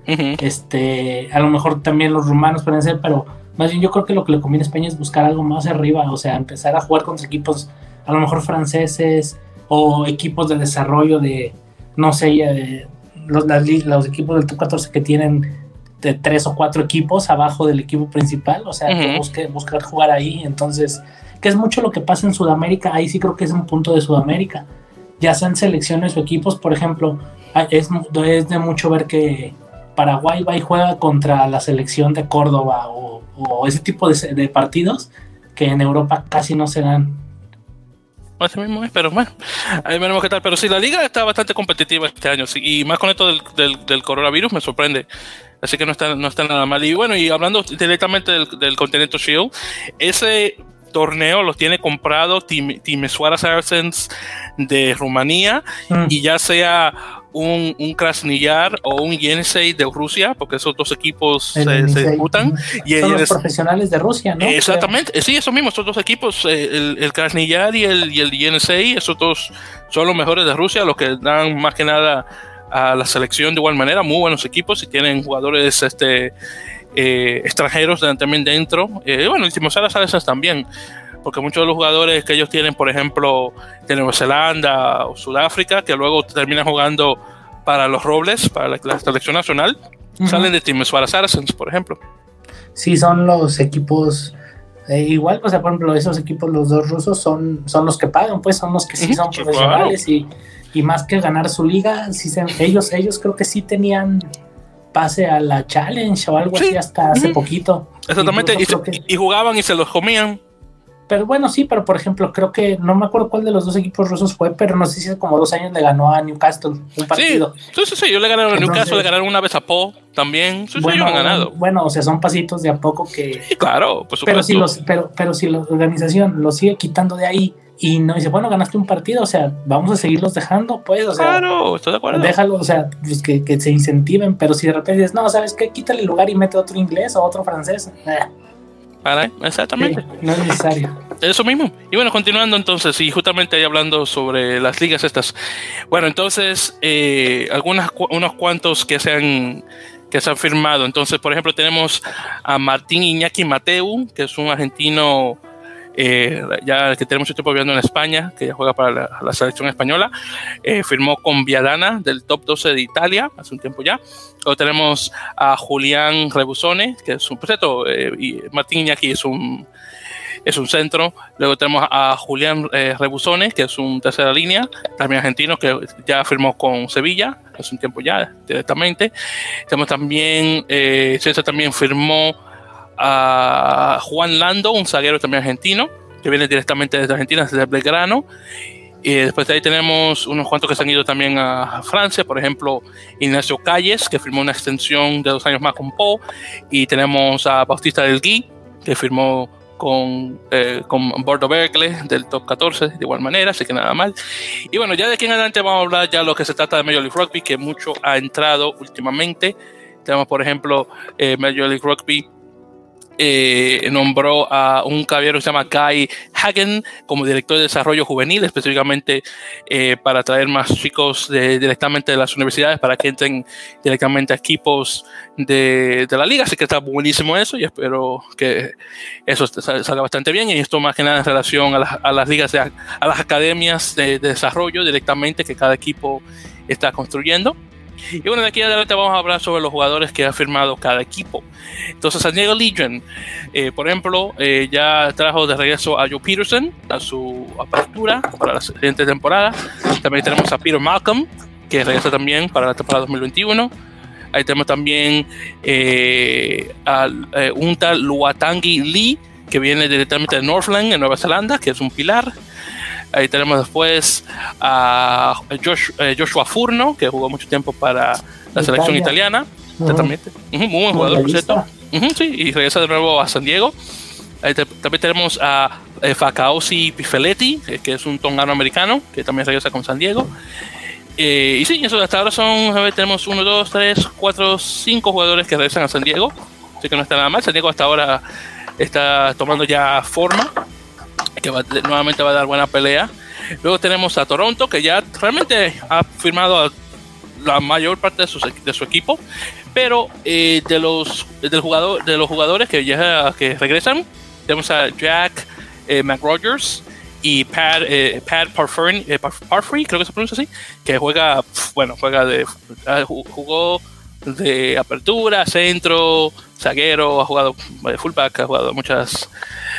a lo mejor también los rumanos pueden ser, pero más bien yo creo que lo que le conviene a España es buscar algo más arriba, o sea, empezar a jugar contra equipos a lo mejor franceses o equipos de desarrollo de, no sé, los equipos del Top 14 que tienen de 3 o 4 equipos abajo del equipo principal, o sea, que buscar jugar ahí. Entonces, que es mucho lo que pasa en Sudamérica, ahí sí creo que es un punto de Sudamérica, ya sean selecciones o equipos. Por ejemplo, es de mucho ver que Paraguay va y juega contra la selección de Córdoba o ese tipo de partidos que en Europa casi no se dan. Así mismo es, pero bueno, ahí veremos qué tal. Pero sí, la liga está bastante competitiva este año, sí, y más con esto del coronavirus me sorprende. Así que no está nada mal. Y bueno, y hablando directamente del Continental Shield, ese torneo los tiene comprado Timișoara Saracens de Rumanía, y ya sea un Krasnodar o un Yenisei de Rusia, porque esos dos equipos se disputan. Son los profesionales de Rusia, ¿no? Exactamente, sí, esos mismos, esos dos equipos, el Krasnodar y el Yenisei, esos dos son los mejores de Rusia, los que dan más que nada a la selección de igual manera, muy buenos equipos y tienen jugadores extranjeros también dentro. Bueno, el Timișoara Saracens también, porque muchos de los jugadores que ellos tienen, por ejemplo, de Nueva Zelanda o Sudáfrica, que luego terminan jugando para los Robles, para la selección nacional, salen de Timișoara Saracens, por ejemplo. Sí, son los equipos igual, o sea, por ejemplo, esos equipos, los dos rusos, son los que pagan, pues son los que sí son profesionales, claro. Y más que ganar su liga, sí, ellos creo que sí tenían pase a la Challenge o algo así hasta hace poquito. Exactamente, y jugaban y se los comían. Pero bueno, sí, pero por ejemplo, creo que no me acuerdo cuál de los dos equipos rusos fue, pero no sé si hace como 2 años le ganó a Newcastle un partido. Sí, yo le ganaron a Newcastle, le ganaron una vez a Po también. Bueno, han ganado. Bueno, o sea, son pasitos de a poco que. Sí, claro, por supuesto. Pero si la organización lo sigue quitando de ahí y no dice, bueno, ganaste un partido, o sea, vamos a seguirlos dejando, pues, o sea. Claro, estoy de acuerdo. Déjalo, o sea, pues que se incentiven, pero si de repente dices, no, ¿sabes qué? Quítale el lugar y mete otro inglés o otro francés. Exactamente. Sí, no es necesario. Eso mismo. Y bueno, continuando entonces, y justamente ahí hablando sobre las ligas estas. Bueno, entonces, unos cuantos que se han firmado. Entonces, por ejemplo, tenemos a Martín Iñaki Mateu, que es un argentino ya que tiene mucho tiempo viviendo en España, que ya juega para la selección española. Firmó con Viadana del top 12 de Italia hace un tiempo ya. Luego tenemos a Julián Rebusone, que es un proyecto, y Martín Iñaki es un centro. Luego tenemos a Julián Rebusone, que es un tercera línea, también argentino, que ya firmó con Sevilla hace un tiempo ya directamente. Tenemos también, César también firmó a Juan Lando, un zaguero también argentino, que viene directamente desde Argentina, desde Belgrano. Y después de ahí tenemos unos cuantos que se han ido también a Francia, por ejemplo, Ignacio Calles, que firmó una extensión de 2 años más con Po, y tenemos a Bautista del Gui, que firmó con Bordeaux Berkeley del top 14 de igual manera, así que nada mal. Y bueno, ya de aquí en adelante vamos a hablar ya lo que se trata de Major League Rugby, que mucho ha entrado últimamente. Tenemos, por ejemplo, Major League Rugby nombró a un caballero que se llama Guy Hagen como director de desarrollo juvenil, específicamente para traer más chicos directamente de las universidades para que entren directamente a equipos de la liga. Así que está buenísimo eso, y espero que eso salga bastante bien. Y esto más que nada en relación a las ligas, a las academias de desarrollo directamente que cada equipo está construyendo. Y bueno, de aquí en adelante vamos a hablar sobre los jugadores que ha firmado cada equipo. Entonces, San Diego Legion, por ejemplo, ya trajo de regreso a Joe Peterson a su apertura para la siguiente temporada. También tenemos a Peter Malcolm, que regresa también para la temporada 2021. Ahí tenemos también a un tal Luatangi Lee, que viene directamente de Northland, en Nueva Zelanda, que es un pilar. Ahí tenemos después a Joshua Furno, que jugó mucho tiempo para la selección italiana. Exactamente. Muy buen jugador, por cierto. Sí, y regresa de nuevo a San Diego. También tenemos a Fakaosi Pifeletti, que es un tongano americano, que también regresa con San Diego. Y sí, eso hasta ahora tenemos 1, 2, 3, 4, 5 jugadores que regresan a San Diego. Así que no está nada mal. San Diego hasta ahora está tomando ya forma, que nuevamente va a dar buena pelea. Luego tenemos a Toronto, que ya realmente ha firmado a la mayor parte de su equipo, pero de los jugadores que regresan, tenemos a Jack McRogers y Pat Parfrey, creo que se pronuncia así, que jugó de apertura, centro, zaguero, ha jugado de fullback, ha jugado muchas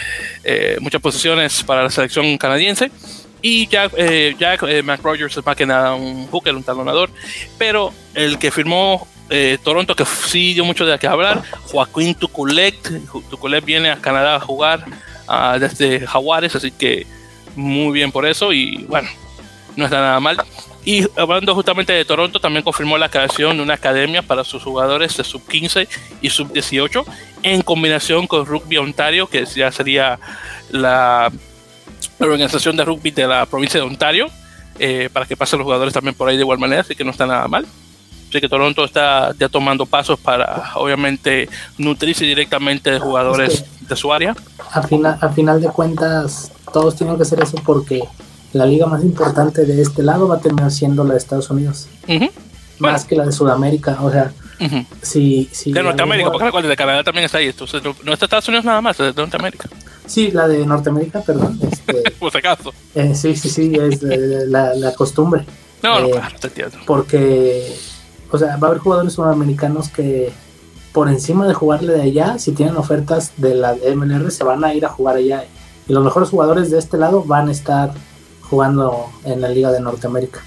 posiciones para la selección canadiense. Y Jack McRogers es más que nada un hooker, un talonador, pero el que firmó Toronto, que sí dio mucho de qué hablar, Joaquín Tuculet viene a Canadá a jugar desde Jaguares, así que muy bien por eso, y bueno, no está nada mal. Y hablando justamente de Toronto, también confirmó la creación de una academia para sus jugadores de sub-15 y sub-18 en combinación con Rugby Ontario, que ya sería la organización de rugby de la provincia de Ontario, para que pasen los jugadores también por ahí de igual manera, así que no está nada mal. Así que Toronto está ya tomando pasos para obviamente nutrirse directamente de jugadores de su área. A final de cuentas, todos tienen que hacer eso porque la liga más importante de este lado va a terminar siendo la de Estados Unidos. Más que la de Sudamérica, o sea, si de Norteamérica, porque recuerda, de Canadá también está ahí, entonces no está Estados Unidos nada más, es de Norteamérica. Sí, la de Norteamérica, perdón. Por si acaso. Sí, es la costumbre. No, claro, te entiendo. Porque, o sea, va a haber jugadores sudamericanos que por encima de jugarle de allá, si tienen ofertas de la MLR, se van a ir a jugar allá. Y los mejores jugadores de este lado van a estar jugando en la Liga de Norteamérica.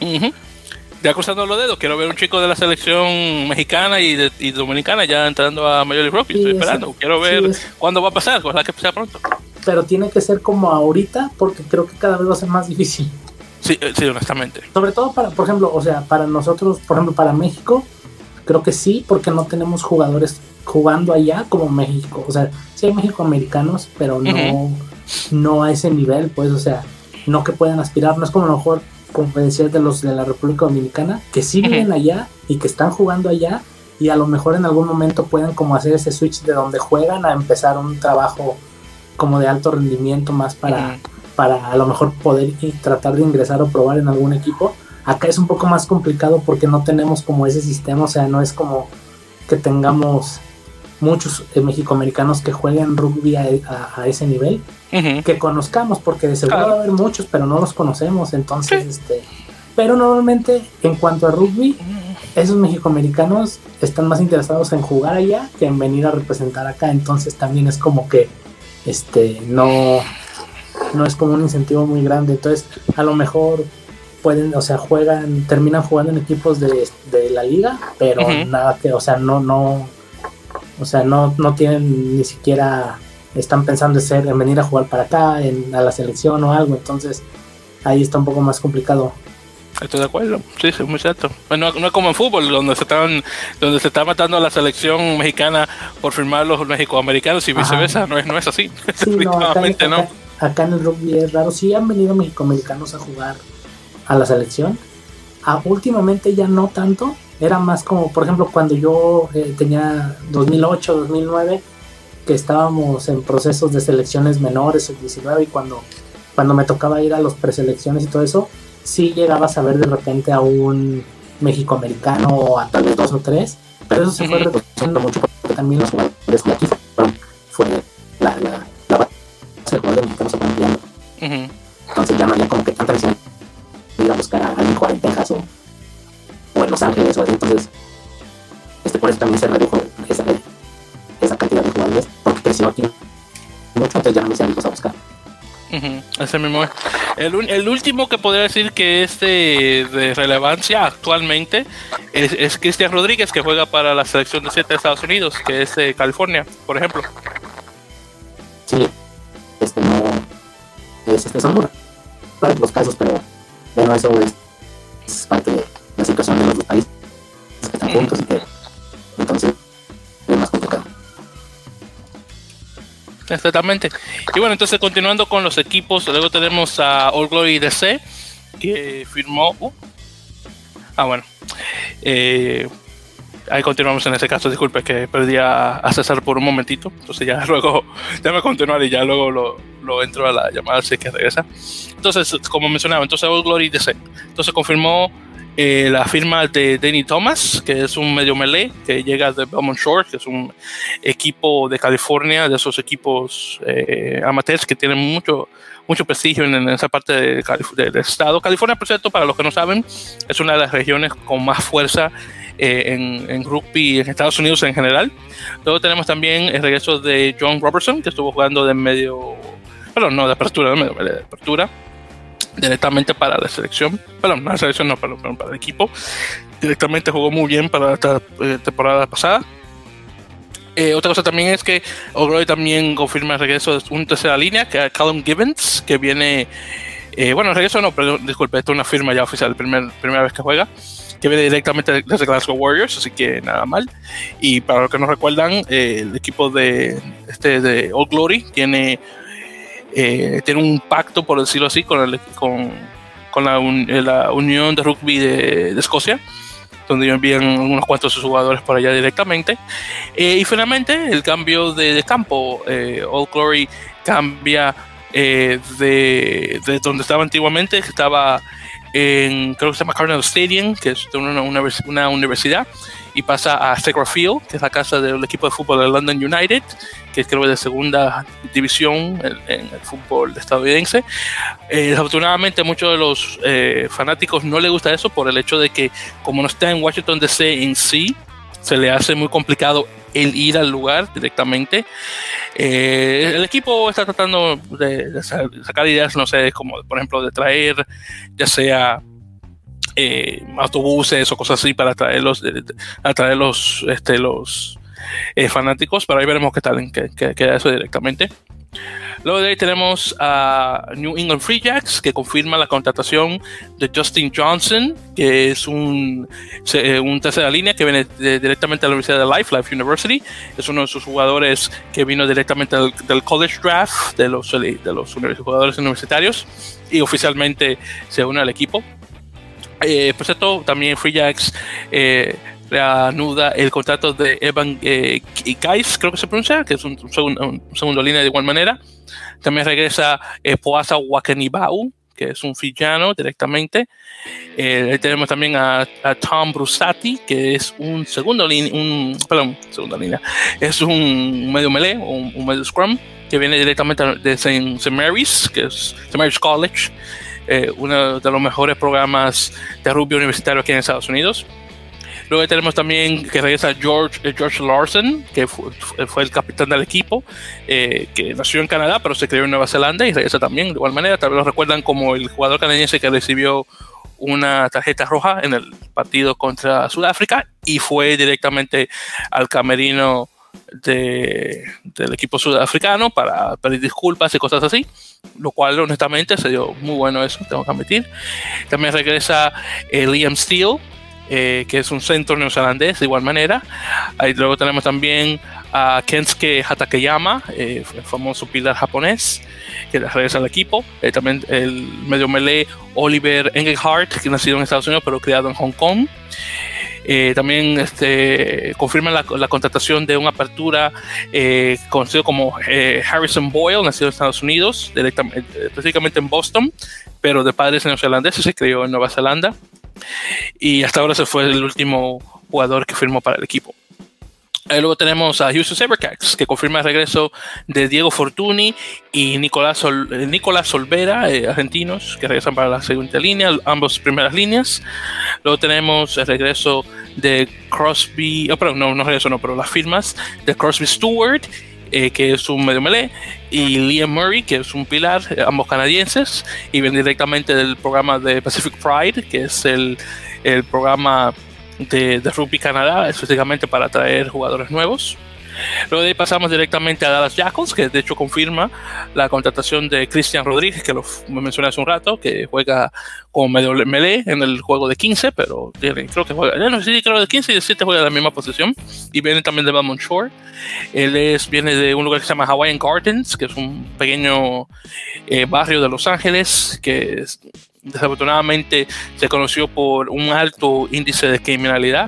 Ya cruzando los dedos, quiero ver un chico de la selección mexicana y dominicana ya entrando a Major League Rugby. Estoy esperando, quiero ver cuándo va a pasar, ojalá que sea pronto. Pero tiene que ser como ahorita, porque creo que cada vez va a ser más difícil. Sí, honestamente. Sobre todo por ejemplo, o sea, para nosotros, por ejemplo, para México, creo que sí, porque no tenemos jugadores jugando allá como México. O sea, sí hay mexicoamericanos, pero no a ese nivel, pues, o sea, no que puedan aspirar, no es como a lo mejor, como decías, de los de la República Dominicana, que sí viven allá y que están jugando allá, y a lo mejor en algún momento pueden como hacer ese switch de donde juegan a empezar un trabajo como de alto rendimiento más para a lo mejor poder tratar de ingresar o probar en algún equipo. Acá es un poco más complicado porque no tenemos como ese sistema, o sea, no es como que tengamos muchos mexicoamericanos que jueguen rugby a ese nivel, que conozcamos, porque de seguro va a haber muchos, pero no los conocemos, entonces, pero normalmente en cuanto a rugby, esos mexicoamericanos están más interesados en jugar allá que en venir a representar acá, entonces también es como que no es como un incentivo muy grande, entonces a lo mejor pueden, o sea, terminan jugando en equipos de la liga, pero nada que, o sea, no tienen ni siquiera, están pensando en venir a jugar para acá, a la selección o algo, entonces ahí está un poco más complicado. Estoy de acuerdo, sí, es muy cierto. Bueno, no es como en fútbol, donde se está matando a la selección mexicana por firmar los mexicoamericanos y viceversa, no es así. Sí, no. Acá en el rugby es raro, sí han venido mexicoamericanos a jugar a la selección, últimamente ya no tanto, era más como, por ejemplo, cuando yo tenía 2008, 2009, que estábamos en procesos de selecciones menores, el 19, y cuando me tocaba ir a los preselecciones y todo eso, sí llegabas a ver de repente a un mexicoamericano o a tal vez 2 o 3, pero eso se fue reduciendo mucho porque también los jugadores de aquí fue la base de jugadores mexicanos se fue ampliando. Entonces ya no había como que tanta necesidad de ir a buscar a alguien jugar en Texas o en Los Ángeles o así, entonces por eso también se redujo esa cantidad de jugadores porque creció aquí mucho, entonces ya no me hicieron a buscar. Ese mismo es. El último que podría decir que es de relevancia actualmente es Cristian Rodríguez, que juega para la selección de 7 de Estados Unidos, que es de California, por ejemplo. Sí, son muy raros los casos, pero bueno, eso es parte de la situación de los dos países que están juntos y que entonces es más complicado. Exactamente. Y bueno, entonces continuando con los equipos, luego tenemos a All Glory DC, que firmó... bueno. Ahí continuamos en ese caso. Disculpe que perdí a César por un momentito. Entonces ya luego, déjame continuar y ya luego lo entro a la llamada si es que regresa. Entonces, como mencionaba, entonces All Glory DC. Entonces confirmó la firma de Danny Thomas, que es un medio melee que llega de Belmont Shores, que es un equipo de California, de esos equipos amateurs que tienen mucho prestigio en esa parte del estado. California, por cierto, para los que no saben, es una de las regiones con más fuerza en rugby en Estados Unidos en general. Luego tenemos también el regreso de John Robertson, que estuvo jugando de de apertura, directamente para la selección. Para el equipo. Directamente jugó muy bien para esta temporada pasada. Otra cosa también es que O'Groy también confirma el regreso de un tercera línea, que es Callum Gibbons, que viene... el regreso no, pero disculpe, esta es una firma ya oficial, primera vez que juega, que viene directamente desde Glasgow Warriors, así que nada mal. Y para los que no recuerdan, el equipo de All Glory tiene un pacto, por decirlo así, con la Unión de Rugby de Escocia, donde envían unos cuantos de sus jugadores por allá directamente. Y finalmente, el cambio de campo. All Glory cambia de donde estaba antiguamente, que estaba creo que se llama Cardinal Stadium, que es una universidad, y pasa a Stegra Field, que es la casa del equipo de fútbol de London United, que es creo de segunda división en el fútbol estadounidense. Desafortunadamente a muchos de los fanáticos no les gusta eso por el hecho de que como no está en Washington DC en sí, se le hace muy complicado el ir al lugar directamente. El equipo está tratando de sacar ideas, no sé, como por ejemplo de traer ya sea autobuses o cosas así para atraer los fanáticos, pero ahí veremos qué tal queda eso directamente. Luego de ahí tenemos a New England Free Jacks, que confirma la contratación de Justin Johnson, que es un tercera línea que viene directamente de la Universidad de Life University. Es uno de sus jugadores que vino directamente del college draft de los jugadores universitarios y oficialmente se une al equipo. Por cierto, también Free Jacks reanuda el contrato de Evan Kais, creo que se pronuncia, que es un segundo línea de igual manera. También regresa Poasa Wakanibau, que es un fillano directamente. Tenemos también a Tom Brusati, que es un segunda línea, es un medio melee, un medio scrum, que viene directamente de St. Mary's, que es St. Mary's College, uno de los mejores programas de rugby universitario aquí en Estados Unidos. Luego tenemos también que regresa George Larson, que fue el capitán del equipo, que nació en Canadá, pero se crió en Nueva Zelanda y regresa también de igual manera. Tal vez lo recuerdan como el jugador canadiense que recibió una tarjeta roja en el partido contra Sudáfrica y fue directamente al camerino del equipo sudafricano para pedir disculpas y cosas así, lo cual honestamente se dio muy bueno eso, tengo que admitir. También regresa Liam Steele, que es un centro neozelandés de igual manera. Ahí luego tenemos también a Kensuke Hatakeyama, el famoso pilar japonés, que regresa al equipo. También el medio melee Oliver Engelhardt, que nacido en Estados Unidos pero criado en Hong Kong. También confirman la contratación de una apertura conocido como Harrison Boyle, nacido en Estados Unidos, específicamente en Boston, pero de padres neozelandeses, se crió en Nueva Zelanda. Y hasta ahora se fue el último jugador que firmó para el equipo. Luego tenemos a Houston Sabercats, que confirma el regreso de Diego Fortuny y Nicolás Olvera, argentinos, que regresan para la segunda línea, ambos primeras líneas. Luego tenemos el regreso de Crosby, pero las firmas de Crosby Stewart, que es un medio melee, y Liam Murray, que es un pilar, ambos canadienses, y vienen directamente del programa de Pacific Pride, que es el programa de Rugby Canadá, específicamente para atraer jugadores nuevos. Luego de ahí pasamos directamente a Dallas Jackals, que de hecho confirma la contratación de Cristian Rodríguez, que lo mencioné hace un rato, que juega como medio melee en el juego de 15, pero creo que juega, no sé si creo de 15 y de 7 juega en la misma posición, y viene también de Belmont Shore. Él viene de un lugar que se llama Hawaiian Gardens, que es un pequeño barrio de Los Ángeles, que desafortunadamente se conoció por un alto índice de criminalidad.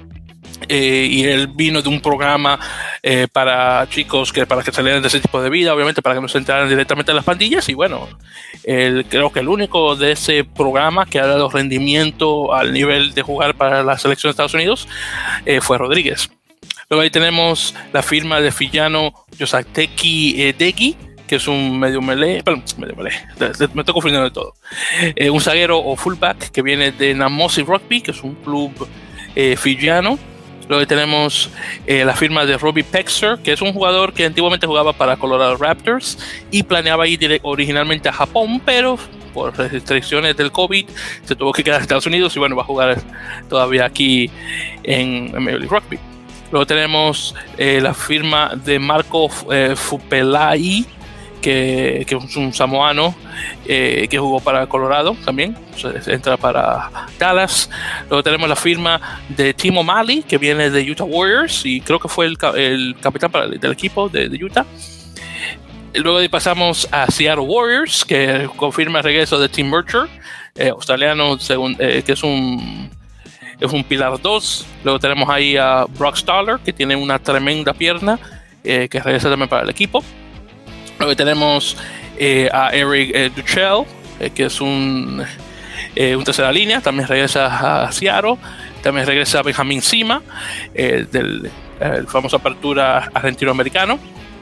Y él vino de un programa para chicos para que salieran de ese tipo de vida, obviamente para que no se entraran directamente a las pandillas, y bueno, creo que el único de ese programa que ha dado rendimiento al nivel de jugar para la selección de Estados Unidos fue Rodríguez. Luego ahí tenemos la firma de Fillano Yosateki Degi, que es un medio melee, me estoy confundiendo de todo, un zaguero o fullback que viene de Namosi Rugby, que es un club fillano. Luego tenemos la firma de Robbie Pexter, que es un jugador que antiguamente jugaba para Colorado Raptors y planeaba ir originalmente a Japón, pero por restricciones del COVID se tuvo que quedar en Estados Unidos y bueno, va a jugar todavía aquí en Major League Rugby. Luego tenemos la firma de Marco Fupelai, que es un samoano que jugó para Colorado también, entonces entra para Dallas. Luego tenemos la firma de Timo O'Malley, que viene de Utah Warriors y creo que fue el capitán del equipo de Utah. Luego de pasamos a Seattle Warriors, que confirma el regreso de Tim Murcher, australiano, que es un pilar 2. Luego tenemos ahí a Brock Stoller, que tiene una tremenda pierna, que regresa también para el equipo. Luego tenemos a Eric Duchel, que es un tercera línea, también regresa a Seattle. También regresa a Benjamín Sima, del famoso apertura argentino-americano.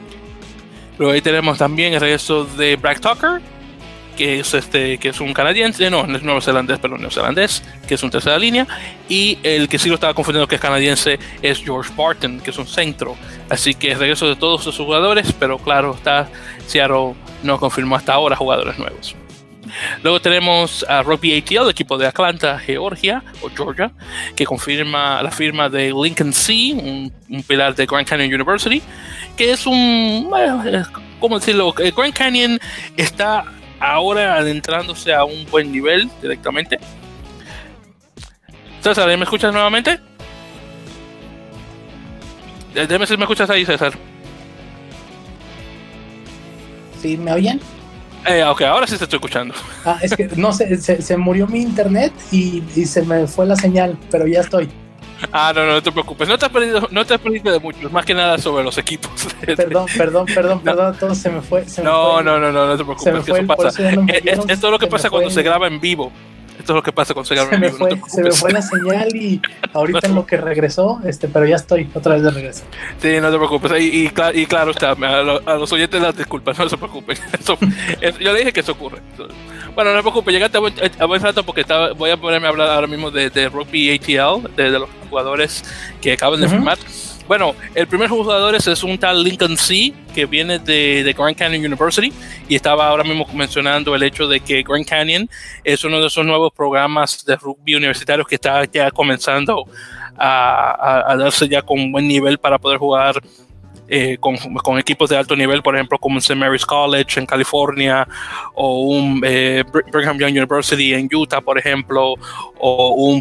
Luego ahí tenemos también el regreso de Brad Tucker, que es un canadiense, no es neozelandés, pero neozelandés, que es un tercera línea, y el que sí lo estaba confundiendo que es canadiense es George Barton, que es un centro. Así que el regreso de todos esos jugadores, pero claro, Seattle no confirmó hasta ahora jugadores nuevos. Luego tenemos a Rugby ATL, el equipo de Atlanta, Georgia, que confirma la firma de Lincoln Sea, un pilar de Grand Canyon University, que es ¿cómo decirlo? Grand Canyon está ahora adentrándose a un buen nivel directamente. César, ¿me escuchas nuevamente? Dime si me escuchas ahí, César. ¿Sí me oyen? Ok, ahora sí te estoy escuchando. Es que no sé, se murió mi internet y se me fue la señal, pero ya estoy. No te preocupes, no te has perdido de mucho, más que nada sobre los equipos. Perdón, todo se me fue. No te preocupes, que eso pasa. Esto es lo que pasa cuando se graba en vivo. Esto es lo que pasa cuando se graba en vivo. Se me fue la señal y ahorita en lo que regresó, pero ya estoy otra vez de regreso. Sí, no te preocupes. Y claro está, a los oyentes las disculpas, no se preocupen. Yo le dije que eso ocurre. Bueno, no te preocupes, llegaste a buen rato porque voy a ponerme a hablar ahora mismo de Rugby ATL, de los jugadores que acaban de firmar. Bueno, el primer jugador es un tal Lincoln Sea, que viene de Grand Canyon University, y estaba ahora mismo mencionando el hecho de que Grand Canyon es uno de esos nuevos programas de rugby universitarios que está ya comenzando a darse ya con buen nivel para poder jugar con equipos de alto nivel, por ejemplo como St. Mary's College en California, o un Brigham Young University en Utah, por ejemplo, o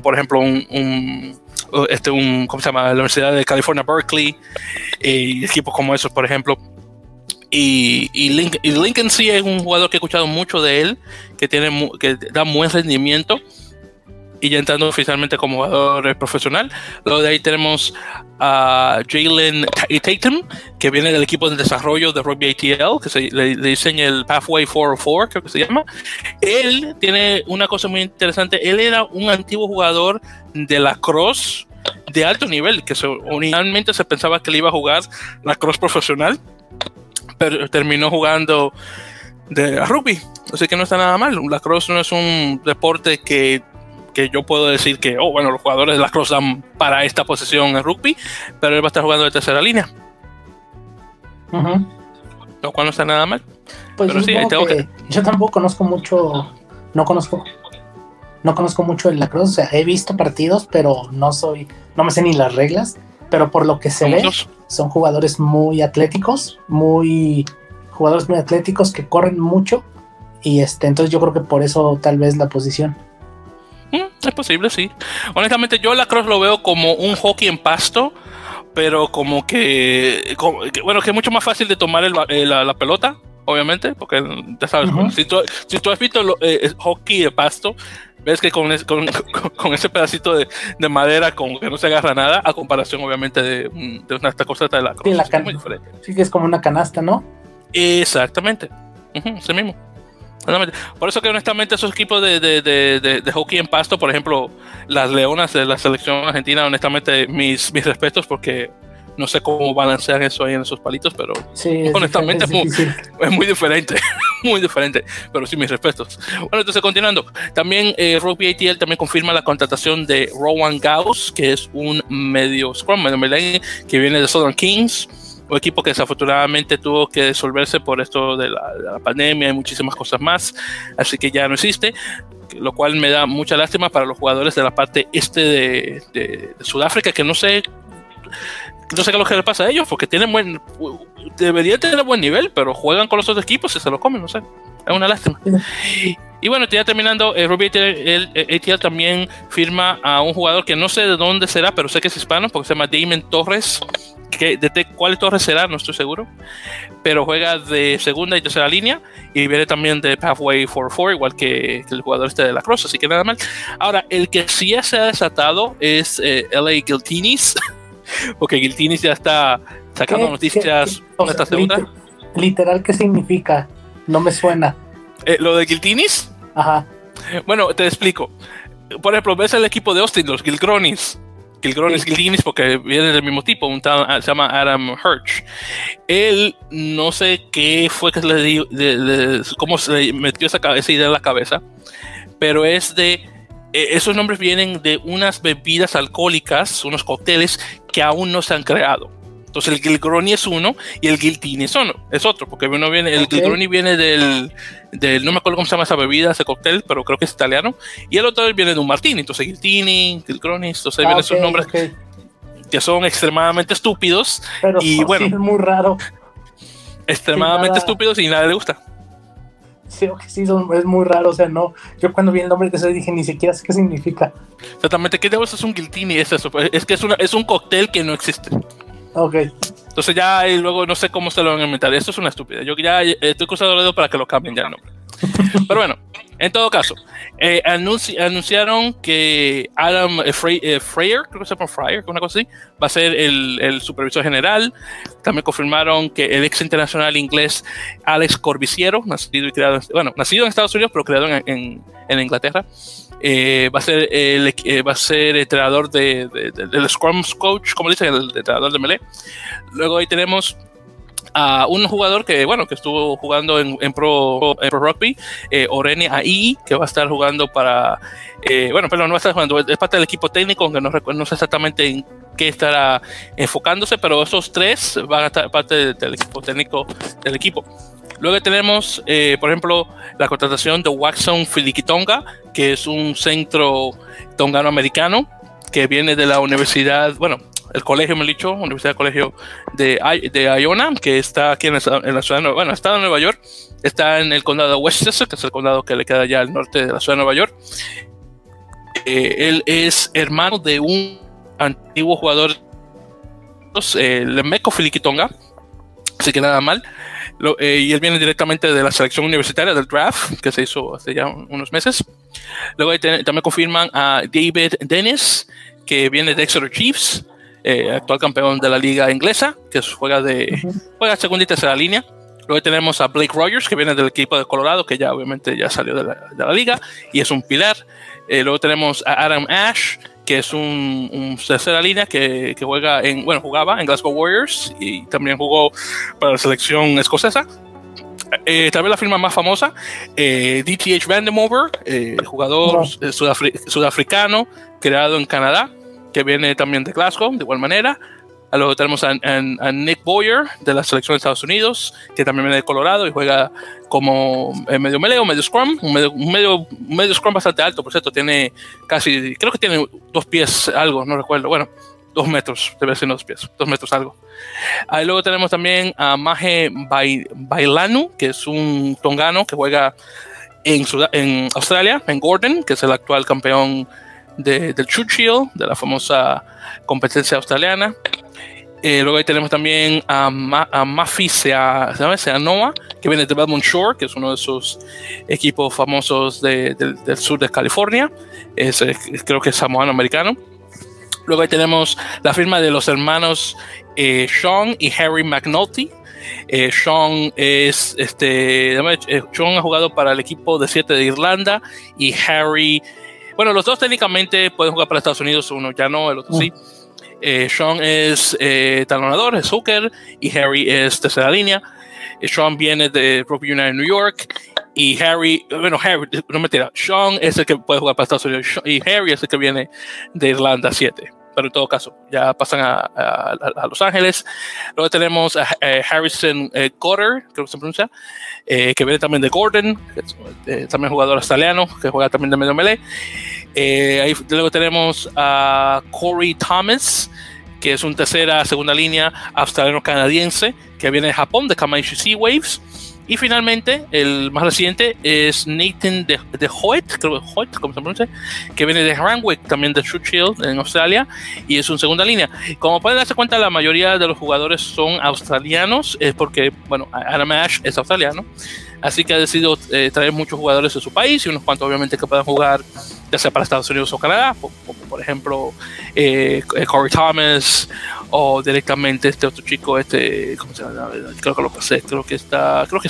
¿cómo se llama? La Universidad de California, Berkeley, equipos como esos, por ejemplo. Y Lincoln sí es un jugador que he escuchado mucho de él, que da buen rendimiento, y ya entrando oficialmente como jugador profesional. Luego de ahí tenemos a Jalen Tatum, que viene del equipo de desarrollo de Rugby ATL, que le diseña el Pathway 404, creo que se llama. Él tiene una cosa muy interesante. Él era un antiguo jugador de lacrosse de alto nivel, que originalmente se pensaba que le iba a jugar lacrosse profesional, pero terminó jugando de rugby. Así que no está nada mal. Lacrosse no es un deporte que yo puedo decir que, los jugadores de lacrosse dan para esta posición en rugby, pero él va a estar jugando de tercera línea. Lo cual no está nada mal. Pues pero sí, yo tampoco conozco mucho, no conozco mucho el lacrosse, o sea, he visto partidos, pero no me sé ni las reglas, pero por lo que se ve, son jugadores muy atléticos, que corren mucho, y entonces yo creo que por eso tal vez la posición. Es posible, sí. Honestamente, yo la lacrosse lo veo como un hockey en pasto, pero como que bueno, que es mucho más fácil de tomar la pelota, obviamente, porque ya sabes, si tú has visto hockey de pasto, ves que con ese pedacito de madera con que no se agarra nada, a comparación obviamente de esta cosa de la lacrosse. Sí, es muy diferente. Sí, que es como una canasta, ¿no? Exactamente. Ese mismo. Por eso que honestamente esos equipos de hockey en pasto, por ejemplo, las Leonas de la selección argentina, honestamente mis respetos, porque no sé cómo balancean eso ahí en esos palitos, pero sí, honestamente es muy diferente, muy diferente, pero sí mis respetos. Bueno, entonces continuando, también Rugby ATL también confirma la contratación de Rowan Gauss, que es un medio scrum, medio melee, que viene de Southern Kings, un equipo que desafortunadamente tuvo que disolverse por esto de la pandemia y muchísimas cosas más, así que ya no existe, lo cual me da mucha lástima para los jugadores de la parte este de Sudáfrica, que no sé qué es lo que le pasa a ellos, porque deberían tener buen nivel, pero juegan con los otros equipos y se lo comen, no sé, es una lástima. Y bueno, ya terminando, Rugby ATL también firma a un jugador que no sé de dónde será, pero sé que es hispano, porque se llama Damon Torres. ¿Cuál torre será? No estoy seguro, pero juega de segunda y tercera línea y viene también de Pathway 4-4, igual que el jugador este de la Cross, así que nada mal. Ahora, el que sí se ha desatado es LA Giltinis, porque Giltinis ya está sacando noticias de esta segunda. Literal, ¿qué significa? No me suena. ¿Lo de Giltinis? Ajá. Bueno, te explico. Por ejemplo, ves el equipo de Austin, los Gilgronis, Giltinis, porque viene del mismo tipo, un tal se llama Adam Hirsch. Él no sé qué fue que le dio, cómo se le metió esa idea en la cabeza, pero esos nombres vienen de unas bebidas alcohólicas, unos cócteles que aún no se han creado. Entonces el Gilgroni es uno y el Giltini es otro, porque el Gilgroni viene del, no me acuerdo cómo se llama esa bebida, ese cóctel, pero creo que es italiano, y el otro viene de un martini, entonces Giltini, Gilgroni, entonces vienen esos nombres que son extremadamente estúpidos, pero y bueno, sí, es muy raro. Extremadamente estúpidos y nadie le gusta. Sí, es muy raro, o sea, no, yo cuando vi el nombre de eso dije, ni siquiera sé qué significa. Exactamente, ¿qué diablos es un Giltini? Es eso, es que es un cóctel que no existe. Ok. Entonces ya y luego no sé cómo se lo van a inventar. Esto es una estupidez. Yo ya estoy cruzado el dedo para que lo cambien ya el nombre. Pero bueno, en todo caso, anunciaron que Adam Freyer, creo que se llama Fryer, una cosa así, va a ser el supervisor general. También confirmaron que el ex internacional inglés Alex Corbisiero, nacido en Estados Unidos, pero creado en Inglaterra, va a ser entrenador del Scrum Coach, como dicen, el entrenador de Melee. Luego ahí tenemos a un jugador que estuvo jugando en Pro Rugby, Orene Ai, que va a estar jugando para no va a estar jugando, es parte del equipo técnico, aunque no sé exactamente en qué estará enfocándose, pero esos tres van a estar parte del equipo técnico del equipo. Luego tenemos, por ejemplo, la contratación de Waxon Filikitonga, que es un centro tongano-americano que viene de la universidad, el colegio, Universidad Colegio de Iona, que está aquí en la ciudad de está en Nueva York, está en el condado de Westchester, que es el condado que le queda ya al norte de la ciudad de Nueva York. Él es hermano de un antiguo jugador, Lemeko Filikitonga, así que nada mal. Y él viene directamente de la selección universitaria del draft que se hizo hace ya unos meses. Luego también confirman a David Dennis, que viene de Exeter Chiefs, actual campeón de la liga inglesa, que juega segunda y tercera línea. Luego tenemos a Blake Rogers, que viene del equipo de Colorado, que ya obviamente ya salió de la liga y es un pilar. Luego tenemos a Adam Ash, que es un tercera línea que jugaba en Glasgow Warriors y también jugó para la selección escocesa. Tal vez la firma más famosa, DTH Vandemover, jugador sudafricano creado en Canadá, que viene también de Glasgow, de igual manera. Luego tenemos a Nick Boyer, de la selección de Estados Unidos, que también viene de Colorado y juega como medio melee o medio scrum, un medio scrum bastante alto, por cierto, creo que tiene 2 pies algo, no recuerdo. Bueno, 2 metros, debe ser 2 pies, 2 metros algo. Ahí luego tenemos también a Mahe Bailanu, que es un tongano que juega en Australia, en Gordon, que es el actual campeón del Churchill, de la famosa competencia australiana. Luego ahí tenemos también a Mafi Seanoa, que viene de Belmont Shore, que es uno de esos equipos famosos del sur de California. Creo que es samoano americano. Luego ahí tenemos la firma de los hermanos Sean y Harry McNulty. Sean ha jugado para el equipo de 7 de Irlanda, y Harry, bueno, los dos técnicamente pueden jugar para Estados Unidos, uno ya no, el otro sí. Sean es talonador, es hooker, y Harry es tercera línea. Sean viene de Rugby United New York, y Harry, no mentira, Sean es el que puede jugar para Estados Unidos, y Harry es el que viene de Irlanda 7. Pero en todo caso, ya pasan a Los Ángeles. Luego tenemos a Harrison Goddard, creo que se pronuncia, que viene también de Gordon, también jugador australiano, que juega también de medio melee. Ahí luego tenemos a Corey Thomas, que es un segunda línea australiano-canadiense, que viene de Japón, de Kamaishi Sea Waves. Y finalmente, el más reciente es Nathan de Hoyt, creo que Hoyt, ¿cómo se pronuncia? Que viene de Randwick, también de Churchill, en Australia, y es un segunda línea. Como pueden darse cuenta, la mayoría de los jugadores son australianos, es porque, bueno, Adam Ash es australiano, así que ha decidido traer muchos jugadores de su país, y unos cuantos obviamente que puedan jugar ya sea para Estados Unidos o Canadá, como por ejemplo Corey Thomas, o directamente este otro chico, ¿cómo se llama? Creo que lo pasé, creo que es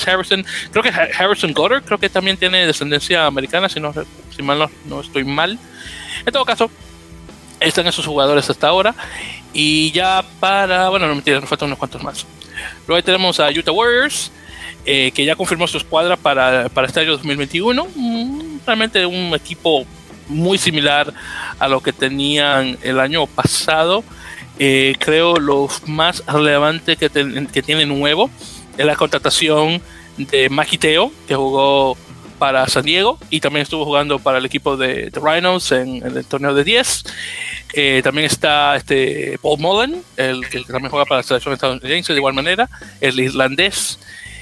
Harrison Goddard, creo que también tiene descendencia americana, si mal no estoy mal. En todo caso, están esos jugadores hasta ahora, y ya no mentira, nos faltan unos cuantos más. Luego ahí tenemos a Utah Warriors, que ya confirmó su escuadra para este año 2021, realmente un equipo muy similar a lo que tenían el año pasado. Creo lo más relevante que tiene nuevo es la contratación de Makiteo, que jugó para San Diego y también estuvo jugando para el equipo de Rhinos en el torneo de 10. También está Paul Mullen, el que también juega para la selección estadounidense de igual manera, el irlandés.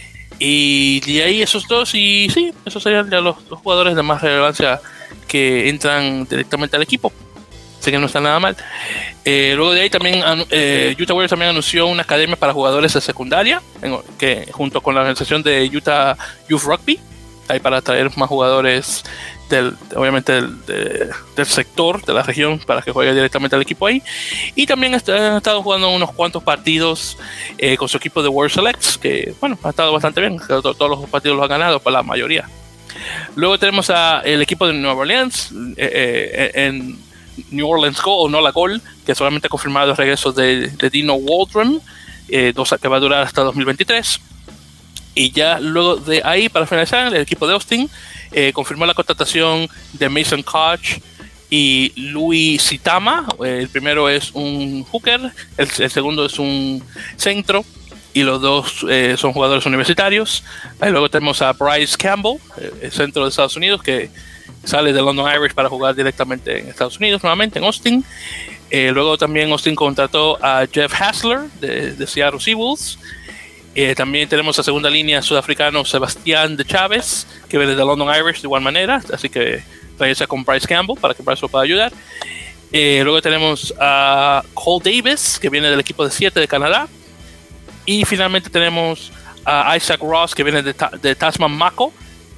Y de ahí esos dos, y sí, esos serían ya los jugadores de más relevancia que entran directamente al equipo. Así que no está nada mal. Luego de ahí también Utah Warriors también anunció una academia para jugadores de secundaria, que junto con la organización de Utah Youth Rugby, ahí para traer más jugadores obviamente del sector, de la región, para que juegue directamente al equipo ahí. Y también han estado jugando unos cuantos partidos con su equipo de World Selects, que bueno, ha estado bastante bien. Todos los partidos los han ganado, por la mayoría. Luego tenemos el equipo de Nueva Orleans, en New Orleans Go, o Nola Gol, que solamente ha confirmado el regreso de Dino Waldron, que va a durar hasta 2023. Y ya luego de ahí, para finalizar, el equipo de Austin confirmó la contratación de Mason Koch y Louis Sitama. El primero es un hooker, el segundo es un centro, y los dos son jugadores universitarios. Ahí luego tenemos a Bryce Campbell, el centro de Estados Unidos, que sale de London Irish para jugar directamente en Estados Unidos, nuevamente en Austin. Luego también Austin contrató a Jeff Hassler de Seattle Seawolves. También tenemos a segunda línea sudafricano Sebastián de Chávez, que viene de London Irish de igual manera, así que regresa con Bryce Campbell para que Bryce lo pueda ayudar. Luego tenemos a Cole Davis, que viene del equipo de 7 de Canadá. Y finalmente tenemos a Isaac Ross, que viene de Tasman Mako,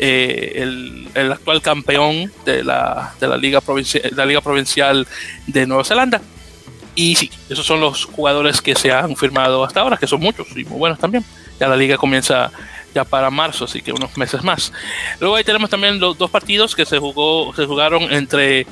el actual campeón de la Liga Provincial de Nueva Zelanda. Y sí, esos son los jugadores que se han firmado hasta ahora, que son muchos y muy buenos también. Ya la liga comienza ya para marzo, así que unos meses más. Luego ahí tenemos también los dos partidos que se jugaron entre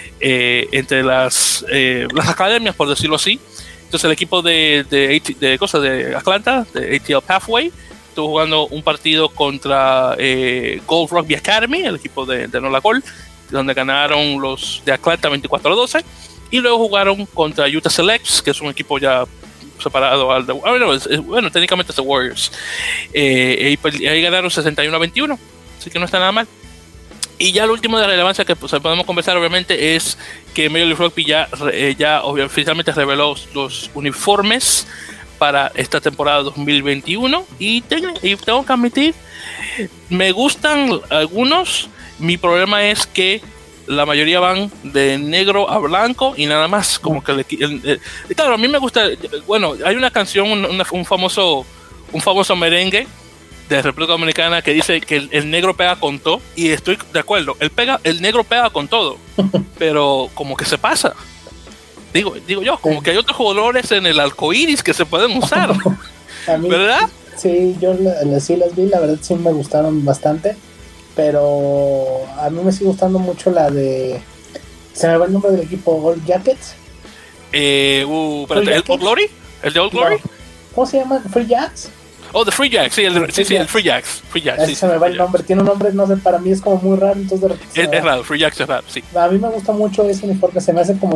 las academias, por decirlo así. Entonces el equipo de Atlanta, de ATL Pathway, estuvo jugando un partido contra Gold Rugby Academy, el equipo de Nola Gol, donde ganaron los de Atlanta 24-12. Y luego jugaron contra Utah Selects, que es un equipo ya separado bueno, técnicamente es The Warriors. Ahí ganaron 61-21, así que no está nada mal. Y ya lo último de relevancia que pues, podemos conversar obviamente es que Major League Rugby ya oficialmente reveló los uniformes para esta temporada 2021 y tengo que admitir, me gustan algunos. Mi problema es que la mayoría van de negro a blanco y nada más, como que claro, a mí me gusta. Bueno, hay una canción, un famoso merengue de República Dominicana que dice que el negro pega con todo, y estoy de acuerdo, el negro pega con todo, pero como que se pasa. Digo yo, como que hay otros colores en el arcoíris que se pueden usar. A mí, ¿verdad? Sí, yo sí las vi, la verdad sí me gustaron bastante, pero a mí me sigue gustando mucho la de... Se me va el nombre del equipo, All Jackets. ¿El Old Glory? ¿El de Old Glory? No. ¿Cómo se llama? ¿Free Jacks? Oh, the Free Jacks, sí, el Free Jacks. Sí, se me va el nombre, tiene un nombre, no sé, para mí es como muy raro, entonces es raro, Free Jacks es raro, sí. A mí me gusta mucho ese uniforme, se me hace como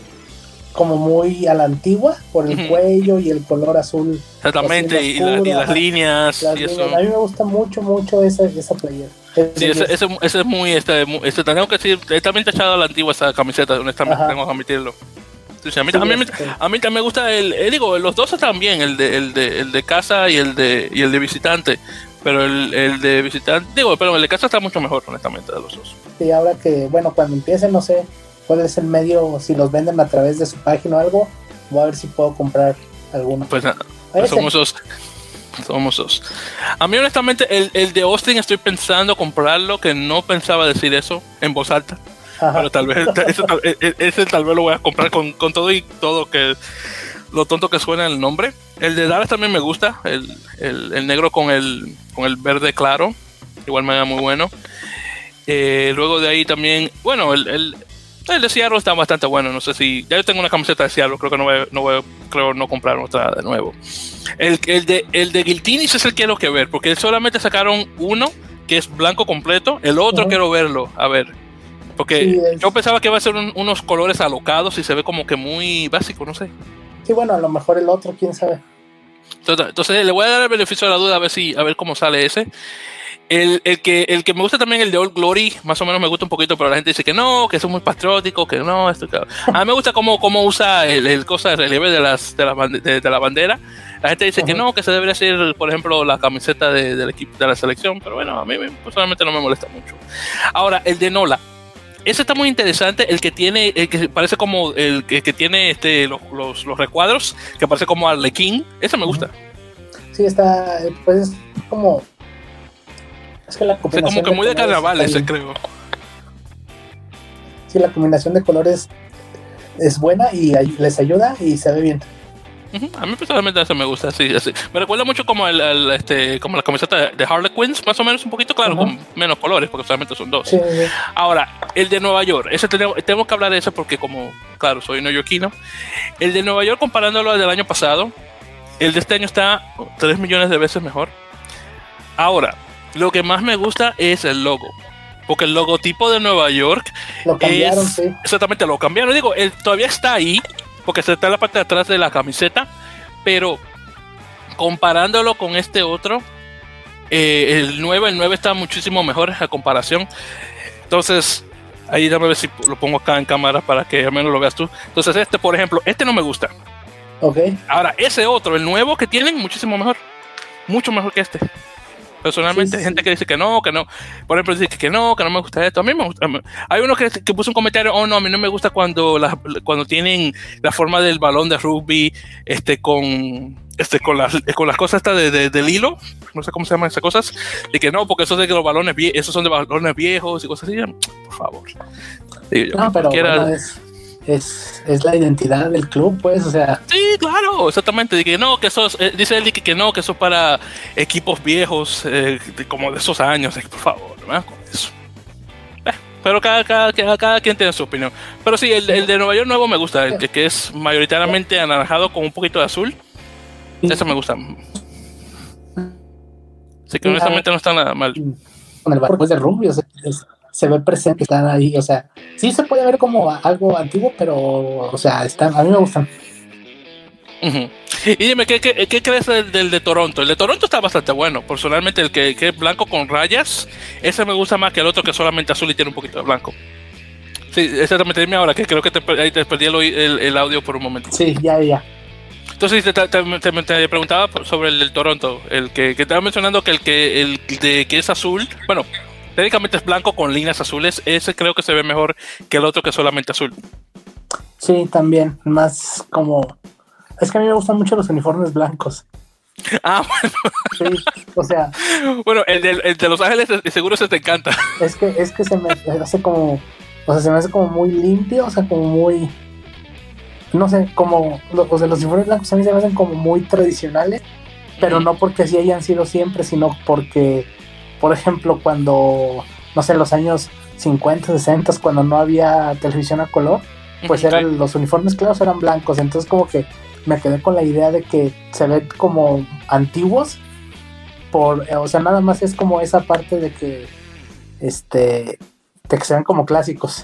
muy a la antigua, por el cuello y el color azul. Exactamente, y las líneas. A mí me gusta mucho esa playera. Sí, ese es muy, tengo que decir, es también echado a la antigua esa camiseta, honestamente, tengo que admitirlo. Sí, a mí también me gusta los dos están bien, el de casa y el de visitante, pero el de visitante, el de casa está mucho mejor, honestamente, de los dos. Y ahora que, bueno, cuando empiecen, no sé cuál es el medio, si los venden a través de su página o algo, voy a ver si puedo comprar alguno. Pues nada, somos dos. A mí honestamente el de Austin estoy pensando comprarlo, que no pensaba decir eso en voz alta. Ajá. Pero tal vez ese tal vez lo voy a comprar con todo y todo, que lo tonto que suena el nombre. El de Dallas también me gusta, el negro con el verde claro, igual me da muy bueno. Luego de ahí también, bueno, el de Seattle está bastante bueno. No sé si ya yo tengo una camiseta de Seattle, creo que no comprar otra de nuevo. El de Giltinis es el que quiero que ver, porque solamente sacaron uno que es blanco completo, el otro quiero verlo, a ver. Porque yo pensaba que iba a ser unos colores alocados y se ve como que muy básico, no sé. Sí, bueno, a lo mejor el otro, quién sabe. Entonces le voy a dar el beneficio de la duda a ver cómo sale ese. El que me gusta también, el de Old Glory, más o menos me gusta un poquito, pero la gente dice que no, que es muy patriótico, que no, esto, claro. A mí me gusta cómo usa el cosa de relieve de la bandera. La gente dice que no, que se debería hacer, por ejemplo, la camiseta del equipo de la selección, pero bueno, a mí personalmente no me molesta mucho. Ahora, el de Nola. Ese está muy interesante, el que parece como el que tiene los recuadros, que parece como Arlequín. Ese me gusta. Sí, está, pues como... Es que la combinación como que muy de carnaval ese, creo. Sí, la combinación de colores es buena y les ayuda y se ve bien. A mí personalmente eso me gusta, sí. Me recuerda mucho como como la camiseta de Harlequins, más o menos, un poquito, claro, con menos colores, porque solamente son dos. Sí. Ahora, el de Nueva York, ese tenemos que hablar de ese porque como, claro, soy neoyorquino. El de Nueva York, comparándolo al del año pasado, el de este año está 3 millones de veces mejor. Ahora, lo que más me gusta es el logo, porque el logotipo de Nueva York lo cambiaron, sí. Exactamente, lo cambiaron. Digo, todavía está ahí, porque está en la parte de atrás de la camiseta, pero comparándolo con este otro, el 9 está muchísimo mejor a comparación. Entonces, ahí dame a ver si lo pongo acá en cámara para que al menos lo veas tú. Entonces, por ejemplo, no me gusta. Okay. Ahora, ese otro, el nuevo que tienen, muchísimo mejor. Mucho mejor que este. Personalmente, hay gente que dice que no. Por ejemplo, dice que no me gusta esto. A mí me gusta. Hay uno que puso un comentario, no, a mí no me gusta cuando tienen la forma del balón de rugby, con las cosas estas del hilo, no sé cómo se llaman esas cosas, y que no, porque esos son de balones viejos y cosas así. Por favor. No, pero bueno, es la identidad del club, pues, o sea. Sí, claro, exactamente. Dice él que no, que eso es para equipos viejos, como de esos años, por favor, ¿verdad? Con eso. Pero cada quien tiene su opinión. Pero sí, el de Nueva York nuevo me gusta, el que es mayoritariamente anaranjado con un poquito de azul. Ese me gusta. Así que honestamente no está nada mal. Con el barco de rugby, o sea, se ve presente que están ahí, o sea, sí se puede ver como algo antiguo, pero, o sea, a mí me gustan. Uh-huh. Y dime, ¿qué crees del de Toronto? El de Toronto está bastante bueno. Personalmente, el que es blanco con rayas, ese me gusta más que el otro que es solamente azul y tiene un poquito de blanco. Sí, exactamente. Dime ahora, que creo que ahí te perdí el audio por un momento. Sí, ya. Entonces te preguntaba sobre el del Toronto, el que estaba mencionando que que es azul, bueno, técnicamente es blanco con líneas azules, ese creo que se ve mejor que el otro que es solamente azul. Sí, también, más como... Es que a mí me gustan mucho los uniformes blancos. Ah, bueno. Sí, o sea... Bueno, el de Los Ángeles seguro se te encanta. Es que se me hace como... O sea, se me hace como muy limpio, o sea, como muy... No sé, como... O sea, los uniformes blancos a mí se me hacen como muy tradicionales, pero no porque así hayan sido siempre, sino porque, por ejemplo, cuando... No sé, los años 50, 60, cuando no había televisión a color, pues eran los uniformes claros eran blancos, entonces como que me quedé con la idea de que se ven como antiguos, o sea, nada más es como esa parte de que de que se ven como clásicos.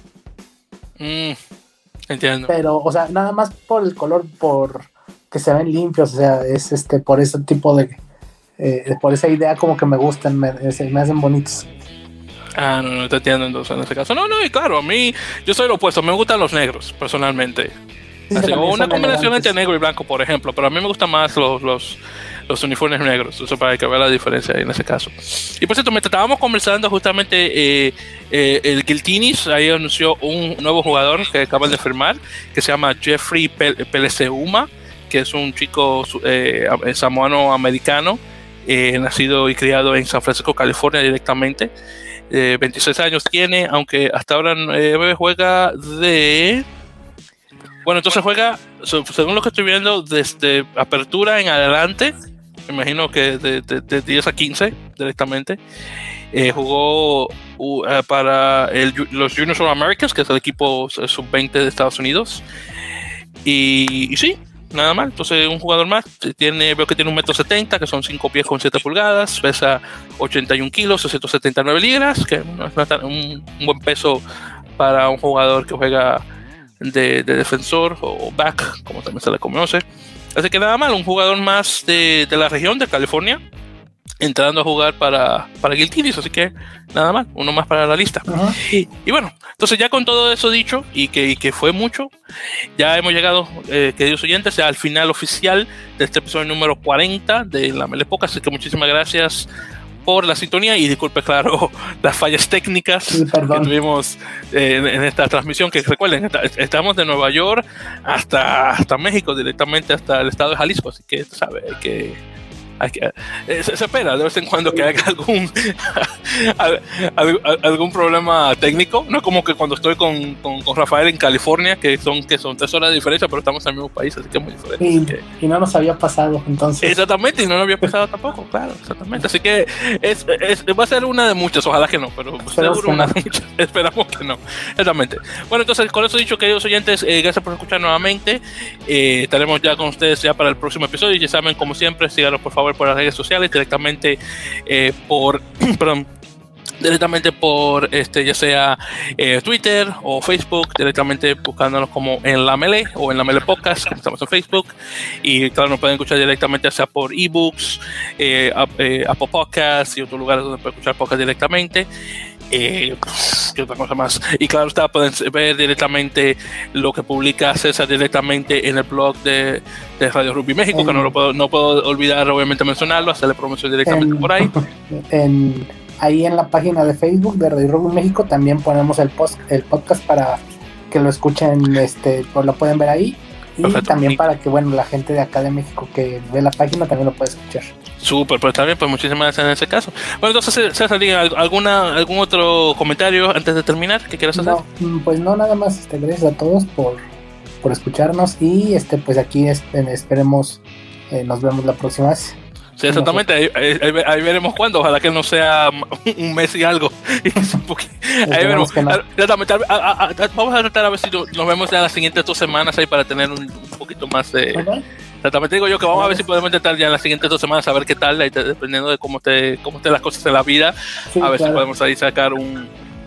Entiendo. Pero, o sea, nada más por el color, por que se ven limpios, o sea, es por ese tipo de por esa idea como que me gustan, me hacen bonitos. Ah, no te entiendo entonces en ese caso. No, y claro, a mí, yo soy lo opuesto, me gustan los negros, personalmente. Sí, así, o una combinación elegantes. entre negro y blanco, por ejemplo, pero a mí me gustan más los uniformes negros, eso para que vea la diferencia ahí en ese caso. Y por cierto, mientras estábamos conversando justamente, el Guiltinis ahí anunció un nuevo jugador que acaban de firmar, que se llama Jeffrey Peleceuma, que es un chico samoano-americano, nacido y criado en San Francisco, California directamente. 26 años tiene, aunque hasta ahora juega de... Bueno, entonces juega, según lo que estoy viendo, desde apertura en adelante, me imagino que de 10 a 15 directamente. Jugó para los Juniors All Americans, que es el equipo sub-20 de Estados Unidos. Y sí, nada mal. Entonces, un jugador más. Veo que tiene 1,70 m, que son 5 pies con 7 pulgadas. Pesa 81 kilos, 279 libras, que no es un buen peso para un jugador que juega de defensor o back, como también se le conoce. Así que nada mal, un jugador más de la región de California, entrando a jugar para Guiltinis, así que nada mal, uno más para la lista. Uh-huh. Y bueno, entonces ya con todo eso dicho, y que fue mucho, ya hemos llegado, queridos oyentes, al final oficial de este episodio número 40 de la MLB Podcast, así que muchísimas gracias por la sintonía y disculpe, claro, las fallas técnicas que tuvimos en esta transmisión, que recuerden, estamos de Nueva York hasta México, directamente hasta el estado de Jalisco, así que sabe que se espera de vez en cuando que haya algún problema técnico. No es como que cuando estoy con Rafael en California, que son 3 horas de diferencia, pero estamos en el mismo país, así que es muy diferente. Y no nos había pasado, entonces. Exactamente, y no nos había pasado tampoco, claro, exactamente. Así que va a ser una de muchas, ojalá que no, pero seguro una de muchas. Esperamos que no, exactamente. Bueno, entonces, con eso dicho, queridos oyentes, gracias por escuchar nuevamente. Estaremos ya con ustedes ya para el próximo episodio, y ya saben, como siempre, síganos por favor por las redes sociales, directamente directamente por ya sea Twitter o Facebook, directamente buscándonos como en la Mele o en la Mele Podcast, que estamos en Facebook, y claro, nos pueden escuchar directamente ya sea por ebooks, Apple Podcasts y otros lugares donde pueden escuchar podcast directamente. ¿Qué otra cosa más? Y claro, ustedes pueden ver directamente lo que publica César directamente en el blog de Radio Rugby México, que no puedo olvidar obviamente mencionarlo, hacerle promoción directamente por ahí. Ahí en la página de Facebook de Radio Rugby México también ponemos el podcast para que lo escuchen, pues lo pueden ver ahí. Y perfecto. También para que, bueno, la gente de acá de México que ve la página también lo puede escuchar. Súper, pues también, pues muchísimas gracias en ese caso. Bueno, entonces, César, ¿algún otro comentario antes de terminar que quieras hacer? No, pues no, nada más, gracias a todos por escucharnos y pues aquí esperemos, nos vemos la próxima vez. Sí, exactamente, ahí veremos cuándo, ojalá que no sea un mes y algo. Ahí veremos. Vamos a tratar a ver si nos vemos ya las siguientes 2 semanas ahí para tener un poquito más de... Okay. Exactamente, digo yo que vamos a ver si podemos intentar ya en las siguientes 2 semanas a ver qué tal, ahí dependiendo de cómo estén las cosas en la vida, sí, a ver si podemos ahí sacar un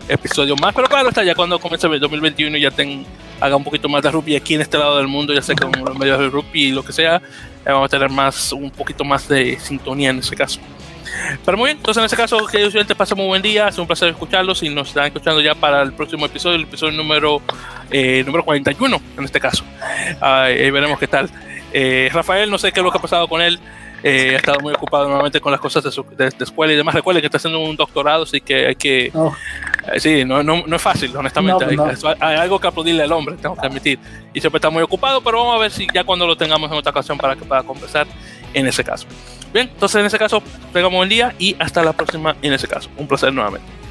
episodio más. Pero claro, está ya cuando comience el 2021 ya haga un poquito más de rugby aquí en este lado del mundo, ya sea con los medios de rugby y lo que sea, vamos a tener un poquito más de sintonía en ese caso. Pero muy bien, entonces en ese caso, queridos oyentes, pasen muy buen día, es un placer escucharlos y nos están escuchando ya para el próximo episodio, el episodio número 41 en este caso. Ahí veremos qué tal. Rafael, no sé qué es lo que ha pasado con él. Ha estado muy ocupado nuevamente con las cosas de escuela y demás. Recuerden que está haciendo un doctorado, así que hay que... sí, no es fácil, honestamente. Hay algo que aplaudirle al hombre, tengo que admitir. Y siempre está muy ocupado, pero vamos a ver si ya cuando lo tengamos en otra ocasión para que pueda conversar en ese caso. Bien, entonces en ese caso, tengamos buen día y hasta la próxima en ese caso. Un placer nuevamente.